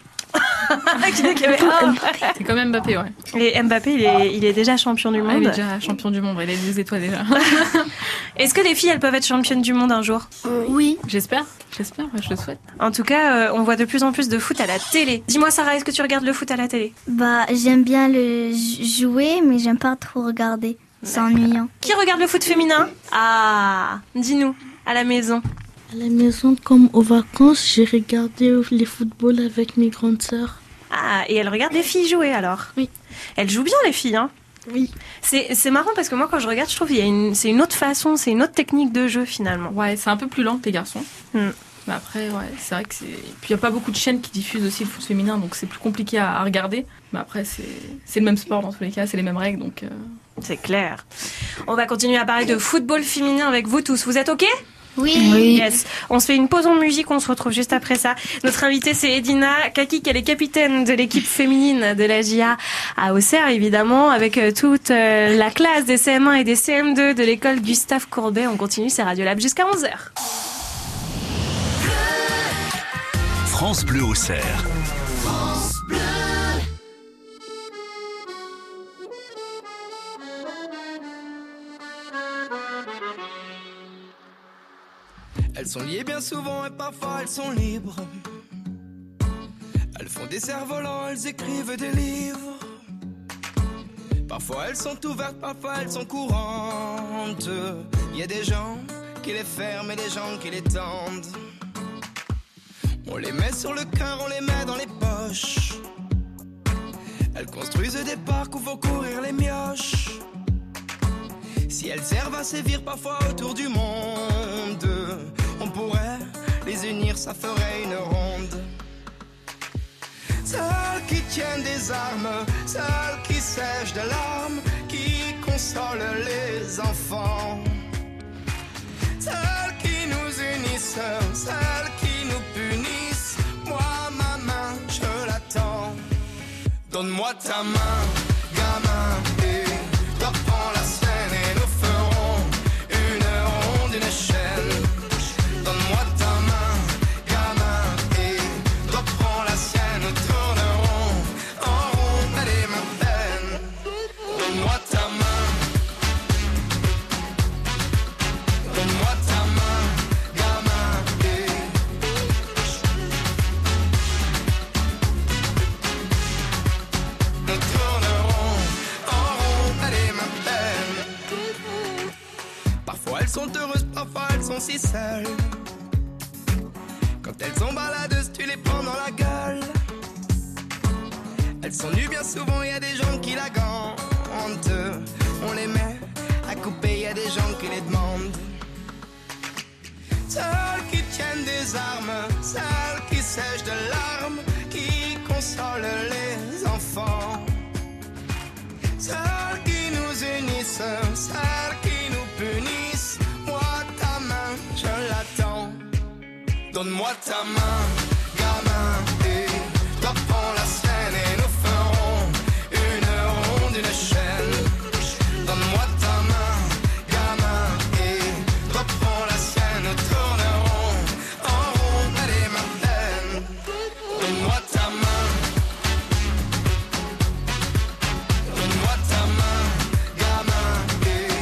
C'est quand même Mbappé, ouais. Et Mbappé, il est déjà champion du monde. Il est déjà champion du monde, il a 2 étoiles déjà. Est-ce que les filles, elles peuvent être championnes du monde un jour? Oui. J'espère, je le souhaite. En tout cas, on voit de plus en plus de foot à la télé. Dis-moi Sarah, est-ce que tu regardes le foot à la télé? J'aime bien le jouer, mais j'aime pas trop regarder. C'est ennuyant. Qui regarde le foot féminin? Ah, dis-nous, à la maison. À la maison, comme aux vacances, j'ai regardé les footballs avec mes grandes sœurs. Ah, et elle regarde les filles jouer alors? Oui. Elles jouent bien les filles, hein? Oui. C'est marrant parce que moi quand je regarde, je trouve c'est une autre façon, c'est une autre technique de jeu finalement. Ouais, c'est un peu plus lent que les garçons. Mais après, ouais, c'est vrai que c'est... Puis il n'y a pas beaucoup de chaînes qui diffusent aussi le foot féminin, donc c'est plus compliqué à regarder. Mais après, c'est le même sport dans tous les cas, c'est les mêmes règles, donc... C'est clair. On va continuer à parler de football féminin avec vous tous. Vous êtes OK? Oui. Yes. On se fait une pause en musique, on se retrouve juste après ça. Notre invitée c'est Edina Kaki, elle est capitaine de l'équipe féminine de la GIA à Auxerre évidemment, avec toute la classe des CM1 et des CM2 de l'école Gustave Courbet. On continue, c'est Radiolab jusqu'à 11h. France Bleu Auxerre. Elles sont liées bien souvent et parfois elles sont libres. Elles font des cerfs-volants, elles écrivent des livres. Parfois elles sont ouvertes, parfois elles sont courantes. Y a des gens qui les ferment et des gens qui les tendent. On les met sur le cœur, on les met dans les poches. Elles construisent des parcs où vont courir les mioches. Si elles servent à sévir parfois autour du monde, on pourrait ça ferait une ronde. Celles qui tiennent des armes, celles qui sèchent de larmes, qui consolent les enfants. Celles qui nous unissent, celles qui nous punissent. Moi, ma main, je l'attends. Donne-moi ta main, gamin, et toi prends la scène et nous ferons une ronde, une chaîne. Donne-moi ta main, gamin, et toi prends la sienne, nous tournerons en rond, elle est ma peine. Donne-moi ta main, donne-moi ta main, gamin, et nous tournerons en rond, elle est ma peine. Parfois elles sont heureuses, parfois elles sont si seules. Quand elles sont baladeuses, tu les prends dans la gueule. Elles sont nues bien souvent, y a des gens qui la gantent. On les met à couper, y a des gens qui les demandent. Celles qui tiennent des armes, celles qui sèchent de larmes, qui consolent les enfants. Celles qui nous unissent, celles qui nous punissent. Moi, ta main, je l'attends. Donne-moi ta main, gamin, et toi prends la scène et nous ferons une ronde, une chaîne. Donne-moi ta main, gamin, et toi prends la sienne, nous tournerons en rond, elle est ma peine. Donne-moi ta main, donne-moi ta main, gamin, et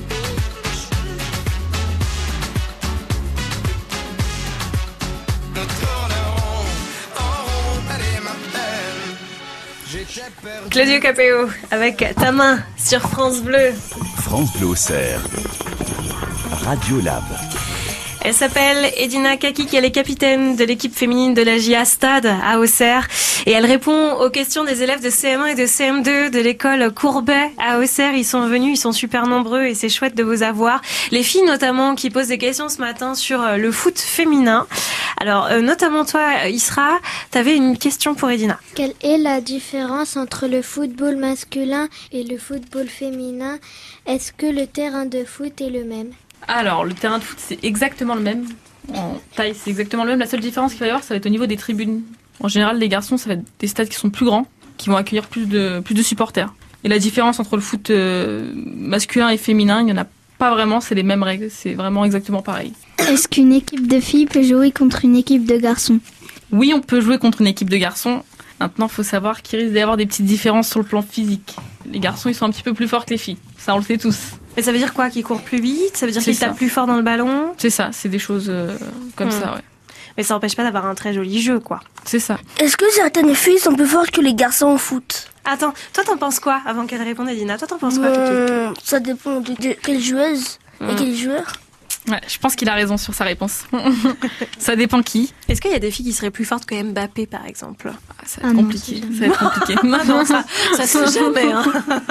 nous tournerons en rond, elle est ma peine. J'étais perdu. Claudio Capéo avec Ta main sur France Bleu. France Bleu Auxerre. Radio Lab. Elle s'appelle Edina Kaki, elle est capitaine de l'équipe féminine de la JA Stade à Auxerre et elle répond aux questions des élèves de CM1 et de CM2 de l'école Courbet à Auxerre. Ils sont venus, ils sont super nombreux et c'est chouette de vous avoir. Les filles notamment qui posent des questions ce matin sur le foot féminin. Alors notamment toi Isra, t'avais une question pour Edina. Quelle est la différence entre le football masculin et le football féminin? Est-ce que le terrain de foot est le même? Alors, le terrain de foot, c'est exactement le même. En taille, c'est exactement le même. La seule différence qu'il va y avoir, ça va être au niveau des tribunes. En général, les garçons, ça va être des stades qui sont plus grands, qui vont accueillir plus de supporters. Et la différence entre le foot masculin et féminin, il n'y en a pas vraiment, c'est les mêmes règles. C'est vraiment exactement pareil. Est-ce qu'une équipe de filles peut jouer contre une équipe de garçons? Oui, on peut jouer contre une équipe de garçons. Maintenant, il faut savoir qu'il risque d'y avoir des petites différences sur le plan physique. Les garçons, ils sont un petit peu plus forts que les filles. Ça, on le sait tous. Mais ça veut dire quoi? Qu'ils courent plus vite? Ça veut dire qu'ils tapent plus fort dans le ballon? C'est ça, c'est des choses comme ça, ouais. Mais ça n'empêche pas d'avoir un très joli jeu, quoi. C'est ça. Est-ce que certaines filles sont plus fortes que les garçons au foot? Attends, toi t'en penses quoi? Avant qu'elle réponde, Edina, toi t'en penses quoi? Toi, ça dépend de quelle joueuse et quel joueur. Ouais, je pense qu'il a raison sur sa réponse. Ça dépend qui. Est-ce qu'il y a des filles qui seraient plus fortes que Mbappé, par exemple? Ça va être compliqué. Ça va être compliqué. Non, ça se fait jamais. Hein.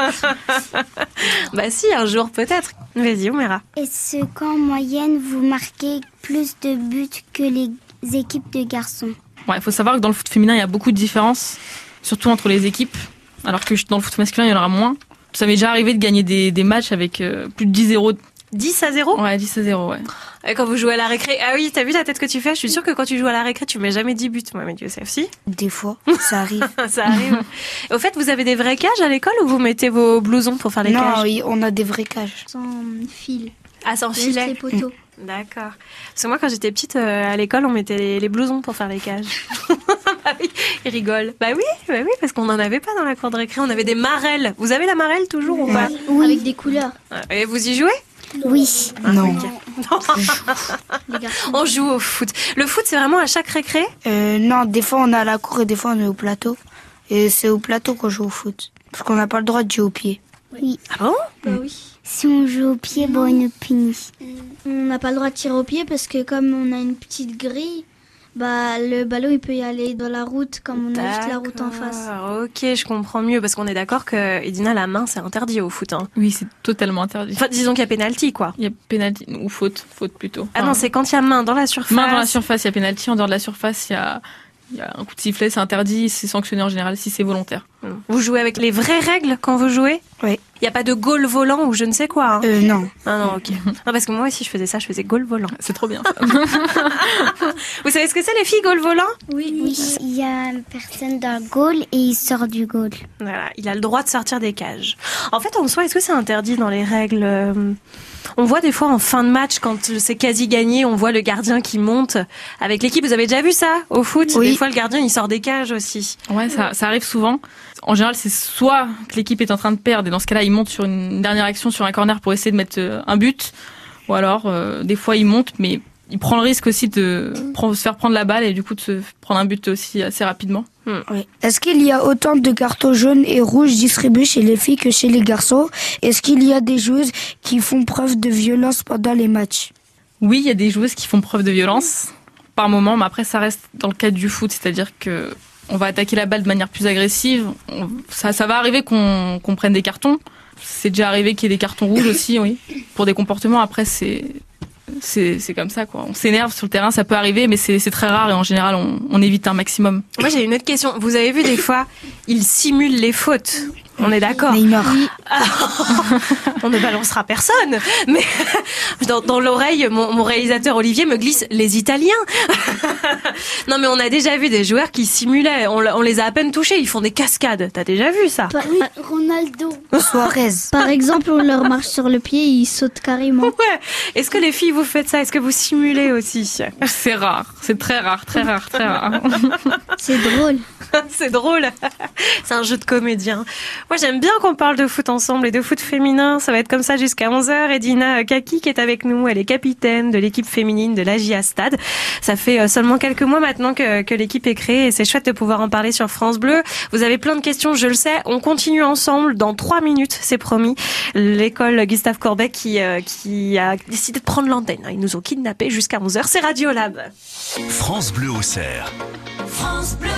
Bah si, un jour peut-être. Vas-y, on verra. Est-ce qu'en moyenne, vous marquez plus de buts que les équipes de garçons? Ouais, il faut savoir que dans le foot féminin, il y a beaucoup de différences, surtout entre les équipes, alors que dans le foot masculin, il y en aura moins. Ça m'est déjà arrivé de gagner des matchs avec plus de 10-0. 10-0? Ouais, 10-0, ouais. Et quand vous jouez à la récré, ah oui, t'as vu la tête que tu fais? Je suis sûre que quand tu joues à la récré, tu mets jamais 10 buts, moi, mais Youssef, si? Des fois, ça arrive. Ça arrive. Au fait, vous avez des vrais cages à l'école ou vous mettez vos blousons pour faire les cages? Non, oui, on a des vrais cages. Sans fil. Ah, sans filet. Les poteaux. D'accord. Parce que moi, quand j'étais petite, à l'école, on mettait les blousons pour faire les cages. Bah oui, ils rigolent. Bah oui, parce qu'on n'en avait pas dans la cour de récré. On avait des marelles. Vous avez la marelle toujours ou pas? Oui, avec des couleurs. Et vous y jouez? Oui. Non. On joue au foot. Le foot, c'est vraiment à chaque récré? Non, des fois on est à la cour et des fois on est au plateau. Et c'est au plateau qu'on joue au foot. Parce qu'on n'a pas le droit de jouer au pied. Oui. Ah bon? Bah oui. Si on joue au pied, bon, on nous punit. On n'a pas le droit de tirer au pied parce que comme on a une petite grille, le ballon il peut y aller dans la route comme on a juste la route en face. Ok, je comprends mieux parce qu'on est d'accord que Edina, la main c'est interdit au foot. Hein. Oui, c'est totalement interdit. Enfin, disons qu'il y a pénalty quoi. Il y a pénalty ou faute plutôt. Ah non, c'est quand il y a main dans la surface. Main dans la surface, il y a pénalty. En dehors de la surface, il y a un coup de sifflet, c'est interdit, c'est sanctionné en général si c'est volontaire. Vous jouez avec les vraies règles quand vous jouez ? Oui. Il n'y a pas de goal volant ou je ne sais quoi. Hein. Non. Ah non, ok. Non, parce que moi aussi je faisais ça, je faisais goal volant. C'est trop bien. Vous savez ce que c'est les filles, goal volant ? Oui. Il y a une personne dans le goal et il sort du goal. Voilà, il a le droit de sortir des cages. En fait, en soi, est-ce que c'est interdit dans les règles ? On voit des fois en fin de match, quand c'est quasi gagné, on voit le gardien qui monte avec l'équipe. Vous avez déjà vu ça au foot ? Oui. Des fois, le gardien, il sort des cages aussi. Ouais, ça arrive souvent. En général, c'est soit que l'équipe est en train de perdre et dans ce cas-là, il monte sur une dernière action sur un corner pour essayer de mettre un but. Ou alors, des fois, il monte, mais il prend le risque aussi de se faire prendre la balle et du coup de se prendre un but aussi assez rapidement. Oui. Est-ce qu'il y a autant de cartons jaunes et rouges distribués chez les filles que chez les garçons ? Est-ce qu'il y a des joueuses qui font preuve de violence pendant les matchs ? Oui, il y a des joueuses qui font preuve de violence par moment, mais après ça reste dans le cadre du foot, c'est-à-dire que on va attaquer la balle de manière plus agressive. Ça va arriver qu'on prenne des cartons. C'est déjà arrivé qu'il y ait des cartons rouges aussi, oui. Pour des comportements, après c'est comme ça, quoi. On s'énerve sur le terrain, ça peut arriver, mais c'est très rare et en général, on évite un maximum. Moi, j'ai une autre question. Vous avez vu des fois, ils simulent les fautes. On est d'accord. Neymar. On ne balancera personne. Mais dans l'oreille, mon réalisateur Olivier me glisse les Italiens. Non, mais on a déjà vu des joueurs qui simulaient. On les a à peine touchés. Ils font des cascades. T'as déjà vu ça ? Ronaldo. Suarez. Par exemple, on leur marche sur le pied et ils sautent carrément. Ouais. Est-ce que les filles, vous faites ça ? Est-ce que vous simulez aussi ? C'est rare. C'est très rare, très rare, très rare. C'est drôle. C'est drôle. C'est un jeu de comédien. Moi, j'aime bien qu'on parle de foot ensemble et de foot féminin. Ça va être comme ça jusqu'à 11h. Edina Kaki qui est avec nous. Elle est capitaine de l'équipe féminine de l'AJA Stade. Ça fait seulement quelques mois maintenant que l'équipe est créée et c'est chouette de pouvoir en parler sur France Bleu. Vous avez plein de questions, je le sais. On continue ensemble dans 3 minutes, c'est promis. L'école Gustave Courbet qui a décidé de prendre l'antenne. Ils nous ont kidnappés jusqu'à 11h. C'est Radio Lab. France Bleu Auxerre. France Bleu.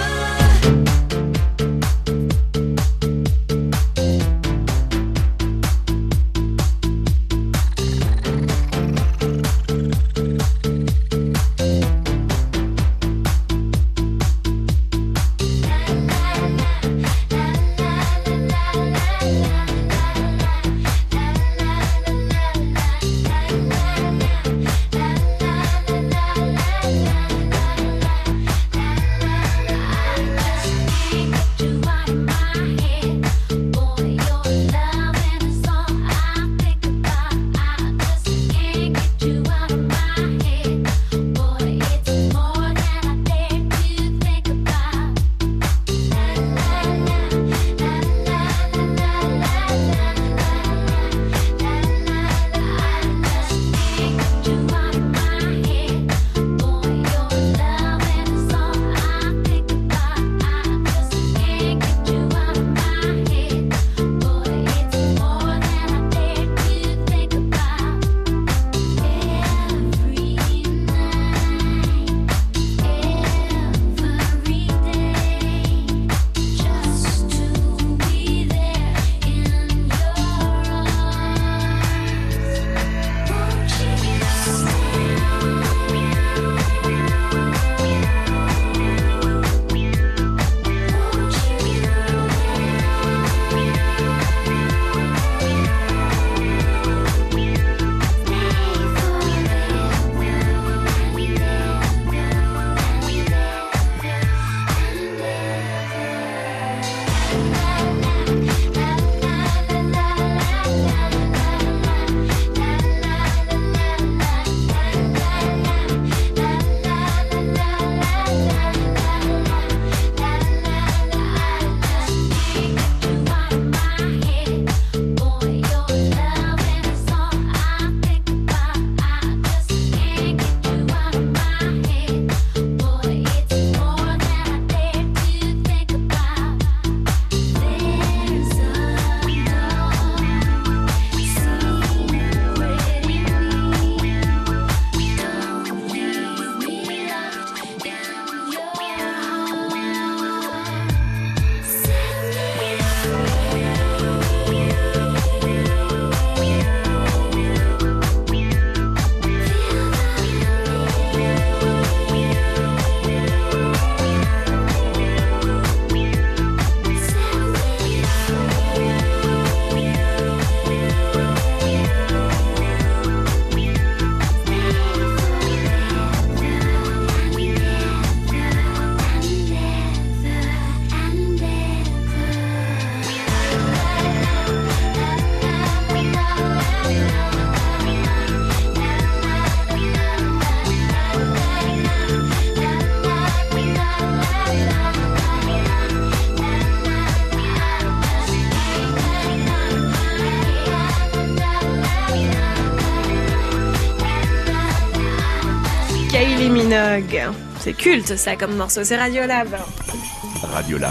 Minogue. C'est culte ça comme morceau, c'est Radiolab. Radiolab,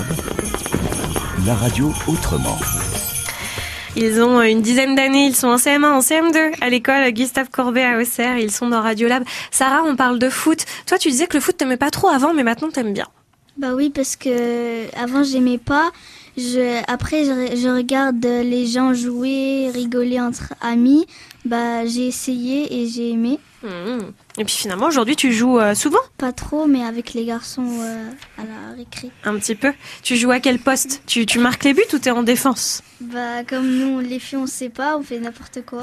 la radio autrement. Ils ont une dizaine d'années, ils sont en CM1, en CM2 à l'école Gustave Courbet à Auxerre, ils sont dans Radiolab. Sarah, on parle de foot. Toi, tu disais que le foot t'aimais pas trop avant, mais maintenant t'aimes bien. Bah oui, parce que avant j'aimais pas. Après, je regarde les gens jouer, rigoler entre amis. Bah, j'ai essayé et j'ai aimé. Et puis finalement, aujourd'hui, tu joues souvent ? Pas trop, mais avec les garçons à la récré. Un petit peu. Tu joues à quel poste ? Tu marques les buts ou t'es en défense ? Bah, comme nous, les filles, on sait pas, on fait n'importe quoi.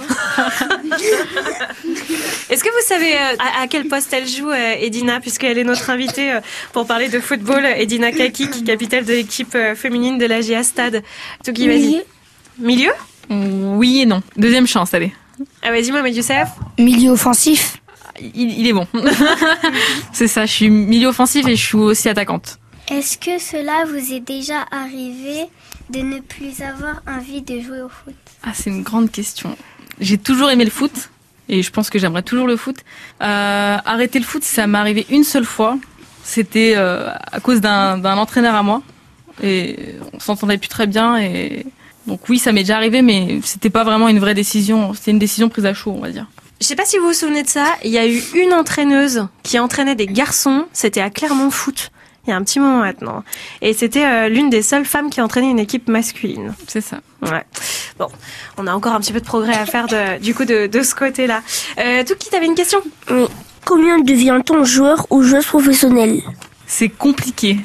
Est-ce que vous savez à quel poste elle joue, Edina, puisqu'elle est notre invitée pour parler de football, Edina Kakik, capitaine de l'équipe féminine de la GIA Stade. Touki, vas-y. Milieu ? Oui et non. Deuxième chance, allez. Ah vas-y, Mohamed Youssef. Milieu offensif. Il est bon. C'est ça, je suis milieu offensif et je suis aussi attaquante. Est-ce que cela vous est déjà arrivé de ne plus avoir envie de jouer au foot ? Ah, c'est une grande question. J'ai toujours aimé le foot et je pense que j'aimerais toujours le foot. Arrêter le foot, ça m'est arrivé une seule fois. C'était à cause d'un entraîneur à moi et on s'entendait plus très bien et donc oui, ça m'est déjà arrivé, mais c'était pas vraiment une vraie décision. C'était une décision prise à chaud, on va dire. Je sais pas si vous vous souvenez de ça, il y a eu une entraîneuse qui entraînait des garçons, c'était à Clermont Foot, il y a un petit moment maintenant. Et c'était l'une des seules femmes qui entraînait une équipe masculine. C'est ça. Ouais. Bon, on a encore un petit peu de progrès à faire du coup de ce côté-là. Touki, t'avais une question ? Oui. Combien devient-on joueur ou joueuse professionnelle ? C'est compliqué.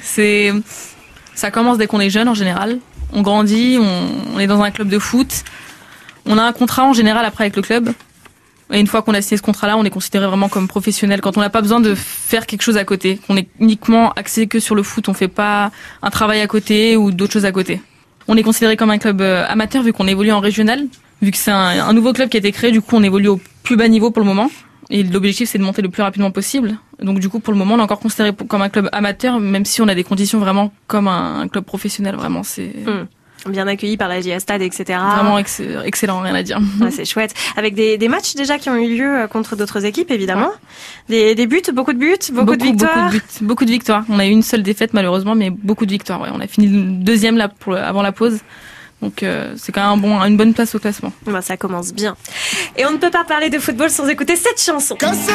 Ça commence dès qu'on est jeune en général. On grandit, on est dans un club de foot. On a un contrat en général après avec le club. Et une fois qu'on a signé ce contrat-là, on est considéré vraiment comme professionnel. Quand on n'a pas besoin de faire quelque chose à côté, qu'on est uniquement axé que sur le foot, on fait pas un travail à côté ou d'autres choses à côté. On est considéré comme un club amateur vu qu'on évolue en régional. Vu que c'est un nouveau club qui a été créé, du coup on évolue au plus bas niveau pour le moment. Et l'objectif c'est de monter le plus rapidement possible. Donc du coup pour le moment on est encore considéré comme un club amateur, même si on a des conditions vraiment comme un club professionnel. Vraiment c'est... Bien accueilli par la GIA Stade, etc. Vraiment excellent, rien à dire. Ouais, c'est chouette. Avec des matchs déjà qui ont eu lieu contre d'autres équipes, évidemment. Ouais. Des buts, beaucoup de buts, beaucoup de victoires. Beaucoup de victoires. On a eu une seule défaite malheureusement, mais beaucoup de victoires. Ouais. On a fini deuxième là avant la pause. Donc c'est quand même une bonne place au classement. Bah, ça commence bien. Et on ne peut pas parler de football sans écouter cette chanson.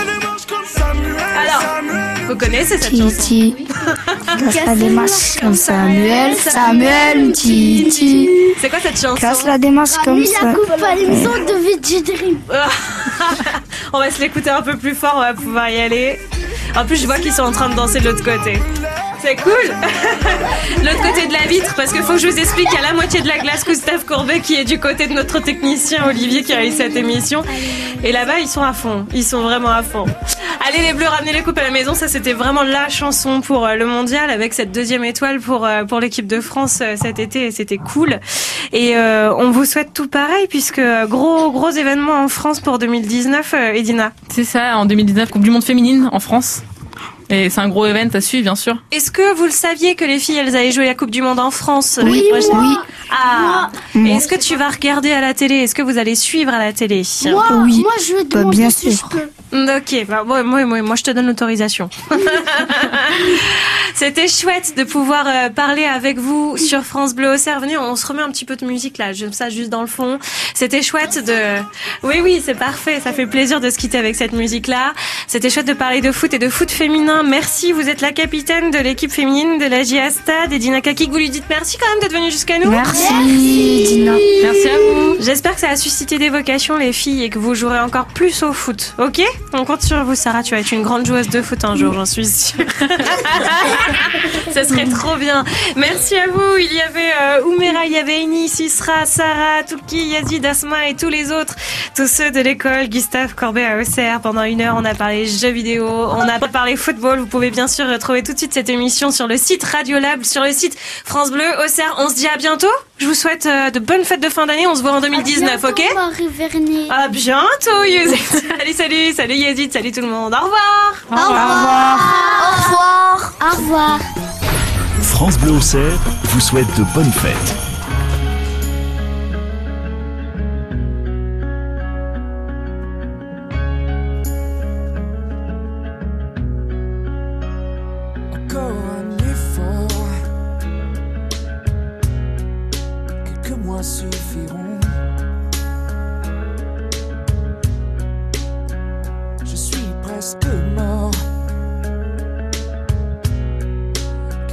Alors, vous connaissez cette chanson ? Titi. Casse la démarche comme Samuel. Samuel, Titi. C'est quoi cette chanson ? Casse la démarche comme ça. Pas l'émission de VG Dream. On va se l'écouter un peu plus fort, on va pouvoir y aller. En plus, je vois qu'ils sont en train de danser de l'autre côté. C'est cool. L'autre côté de la vitre, parce qu'il faut que je vous explique qu'il y a la moitié de la glace Gustave Courbet qui est du côté de notre technicien Olivier qui a eu cette émission. Et là-bas, ils sont à fond. Ils sont vraiment à fond. Allez les Bleus, ramenez les coupes à la maison. Ça, c'était vraiment la chanson pour le mondial avec cette deuxième étoile pour l'équipe de France cet été. Et c'était cool. Et on vous souhaite tout pareil puisque gros événement en France pour 2019, Edina. C'est ça, en 2019, Coupe du Monde féminine en France. Et c'est un gros event à suivre, bien sûr. Est-ce que vous le saviez que les filles, elles allaient jouer la Coupe du Monde en France Oui, moi. Ah. Et est-ce que tu vas regarder à la télé ? Est-ce que vous allez suivre à la télé ? Moi, je vais demander bien si sûr. je peux. Ok, bah, moi je te donne l'autorisation. C'était chouette de pouvoir parler avec vous sur France Bleu Auxerre. Venez, on se remet un petit peu de musique là, ça juste dans le fond. C'était chouette de... Oui, c'est parfait, ça fait plaisir de se quitter avec cette musique-là. C'était chouette de parler de foot et de foot féminin. Merci, vous êtes la capitaine de l'équipe féminine de la GIA Stade. Edina Kakik, vous lui dites merci quand même d'être venue jusqu'à nous. Merci, Edina. Merci à vous. J'espère que ça a suscité des vocations, les filles, et que vous jouerez encore plus au foot. Ok ? On compte sur vous, Sarah. Tu vas être une grande joueuse de foot un jour, j'en suis sûre. Ça serait trop bien. Merci à vous. Il y avait Oumera, il y avait Enis, Isra, Sarah, Touki, Yazid, Asma et tous les autres. Tous ceux de l'école Gustave Courbet à Auxerre. Pendant 1 heure, on a parlé jeux vidéo, on a parlé football. Vous pouvez bien sûr retrouver tout de suite cette émission sur le site Radiolab, sur le site France Bleu Auxerre. On se dit à bientôt. Je vous souhaite de bonnes fêtes de fin d'année. On se voit en 2019, ok ? À bientôt, Yazid. Salut Yazid, salut tout le monde. Au revoir. Au revoir. Au revoir. Au revoir. France Bleu Auxerre vous souhaite de bonnes fêtes.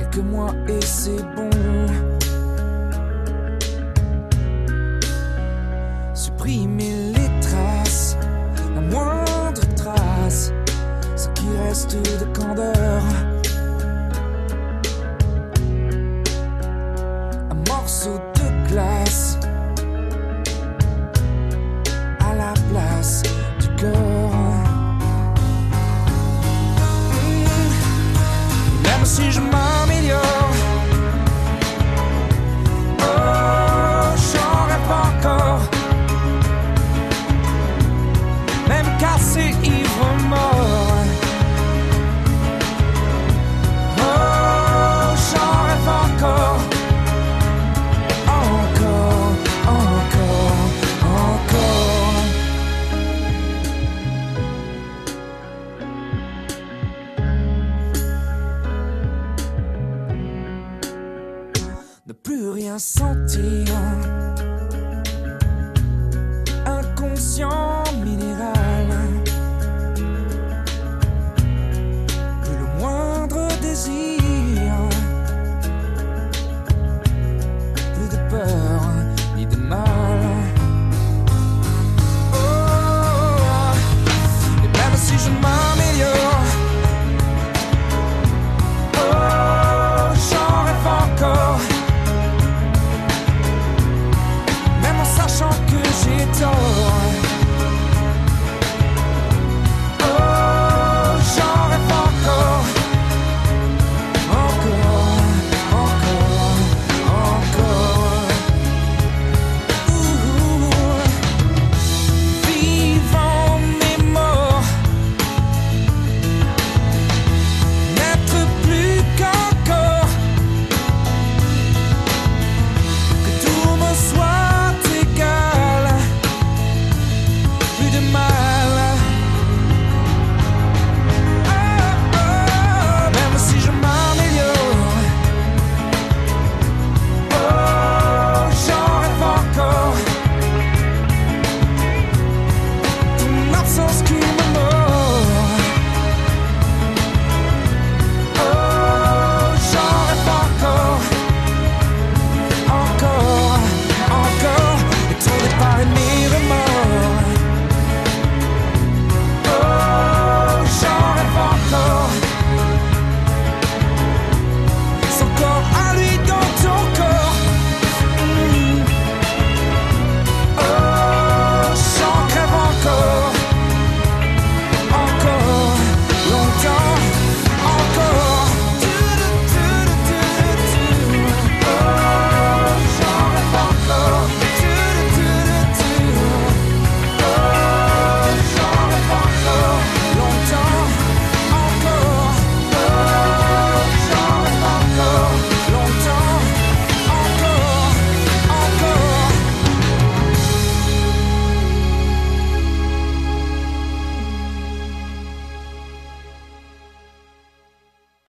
que moi et c'est bon. Supprimer les traces, la moindre trace, ce qui reste de candeur. Un morceau de glace à la place du cœur. Même si je m'améliore, oh, j'en rêve encore. Même cassé, ivre, mort. Oh, j'en rêve encore. Encore, encore, encore. Ne plus rien sentir,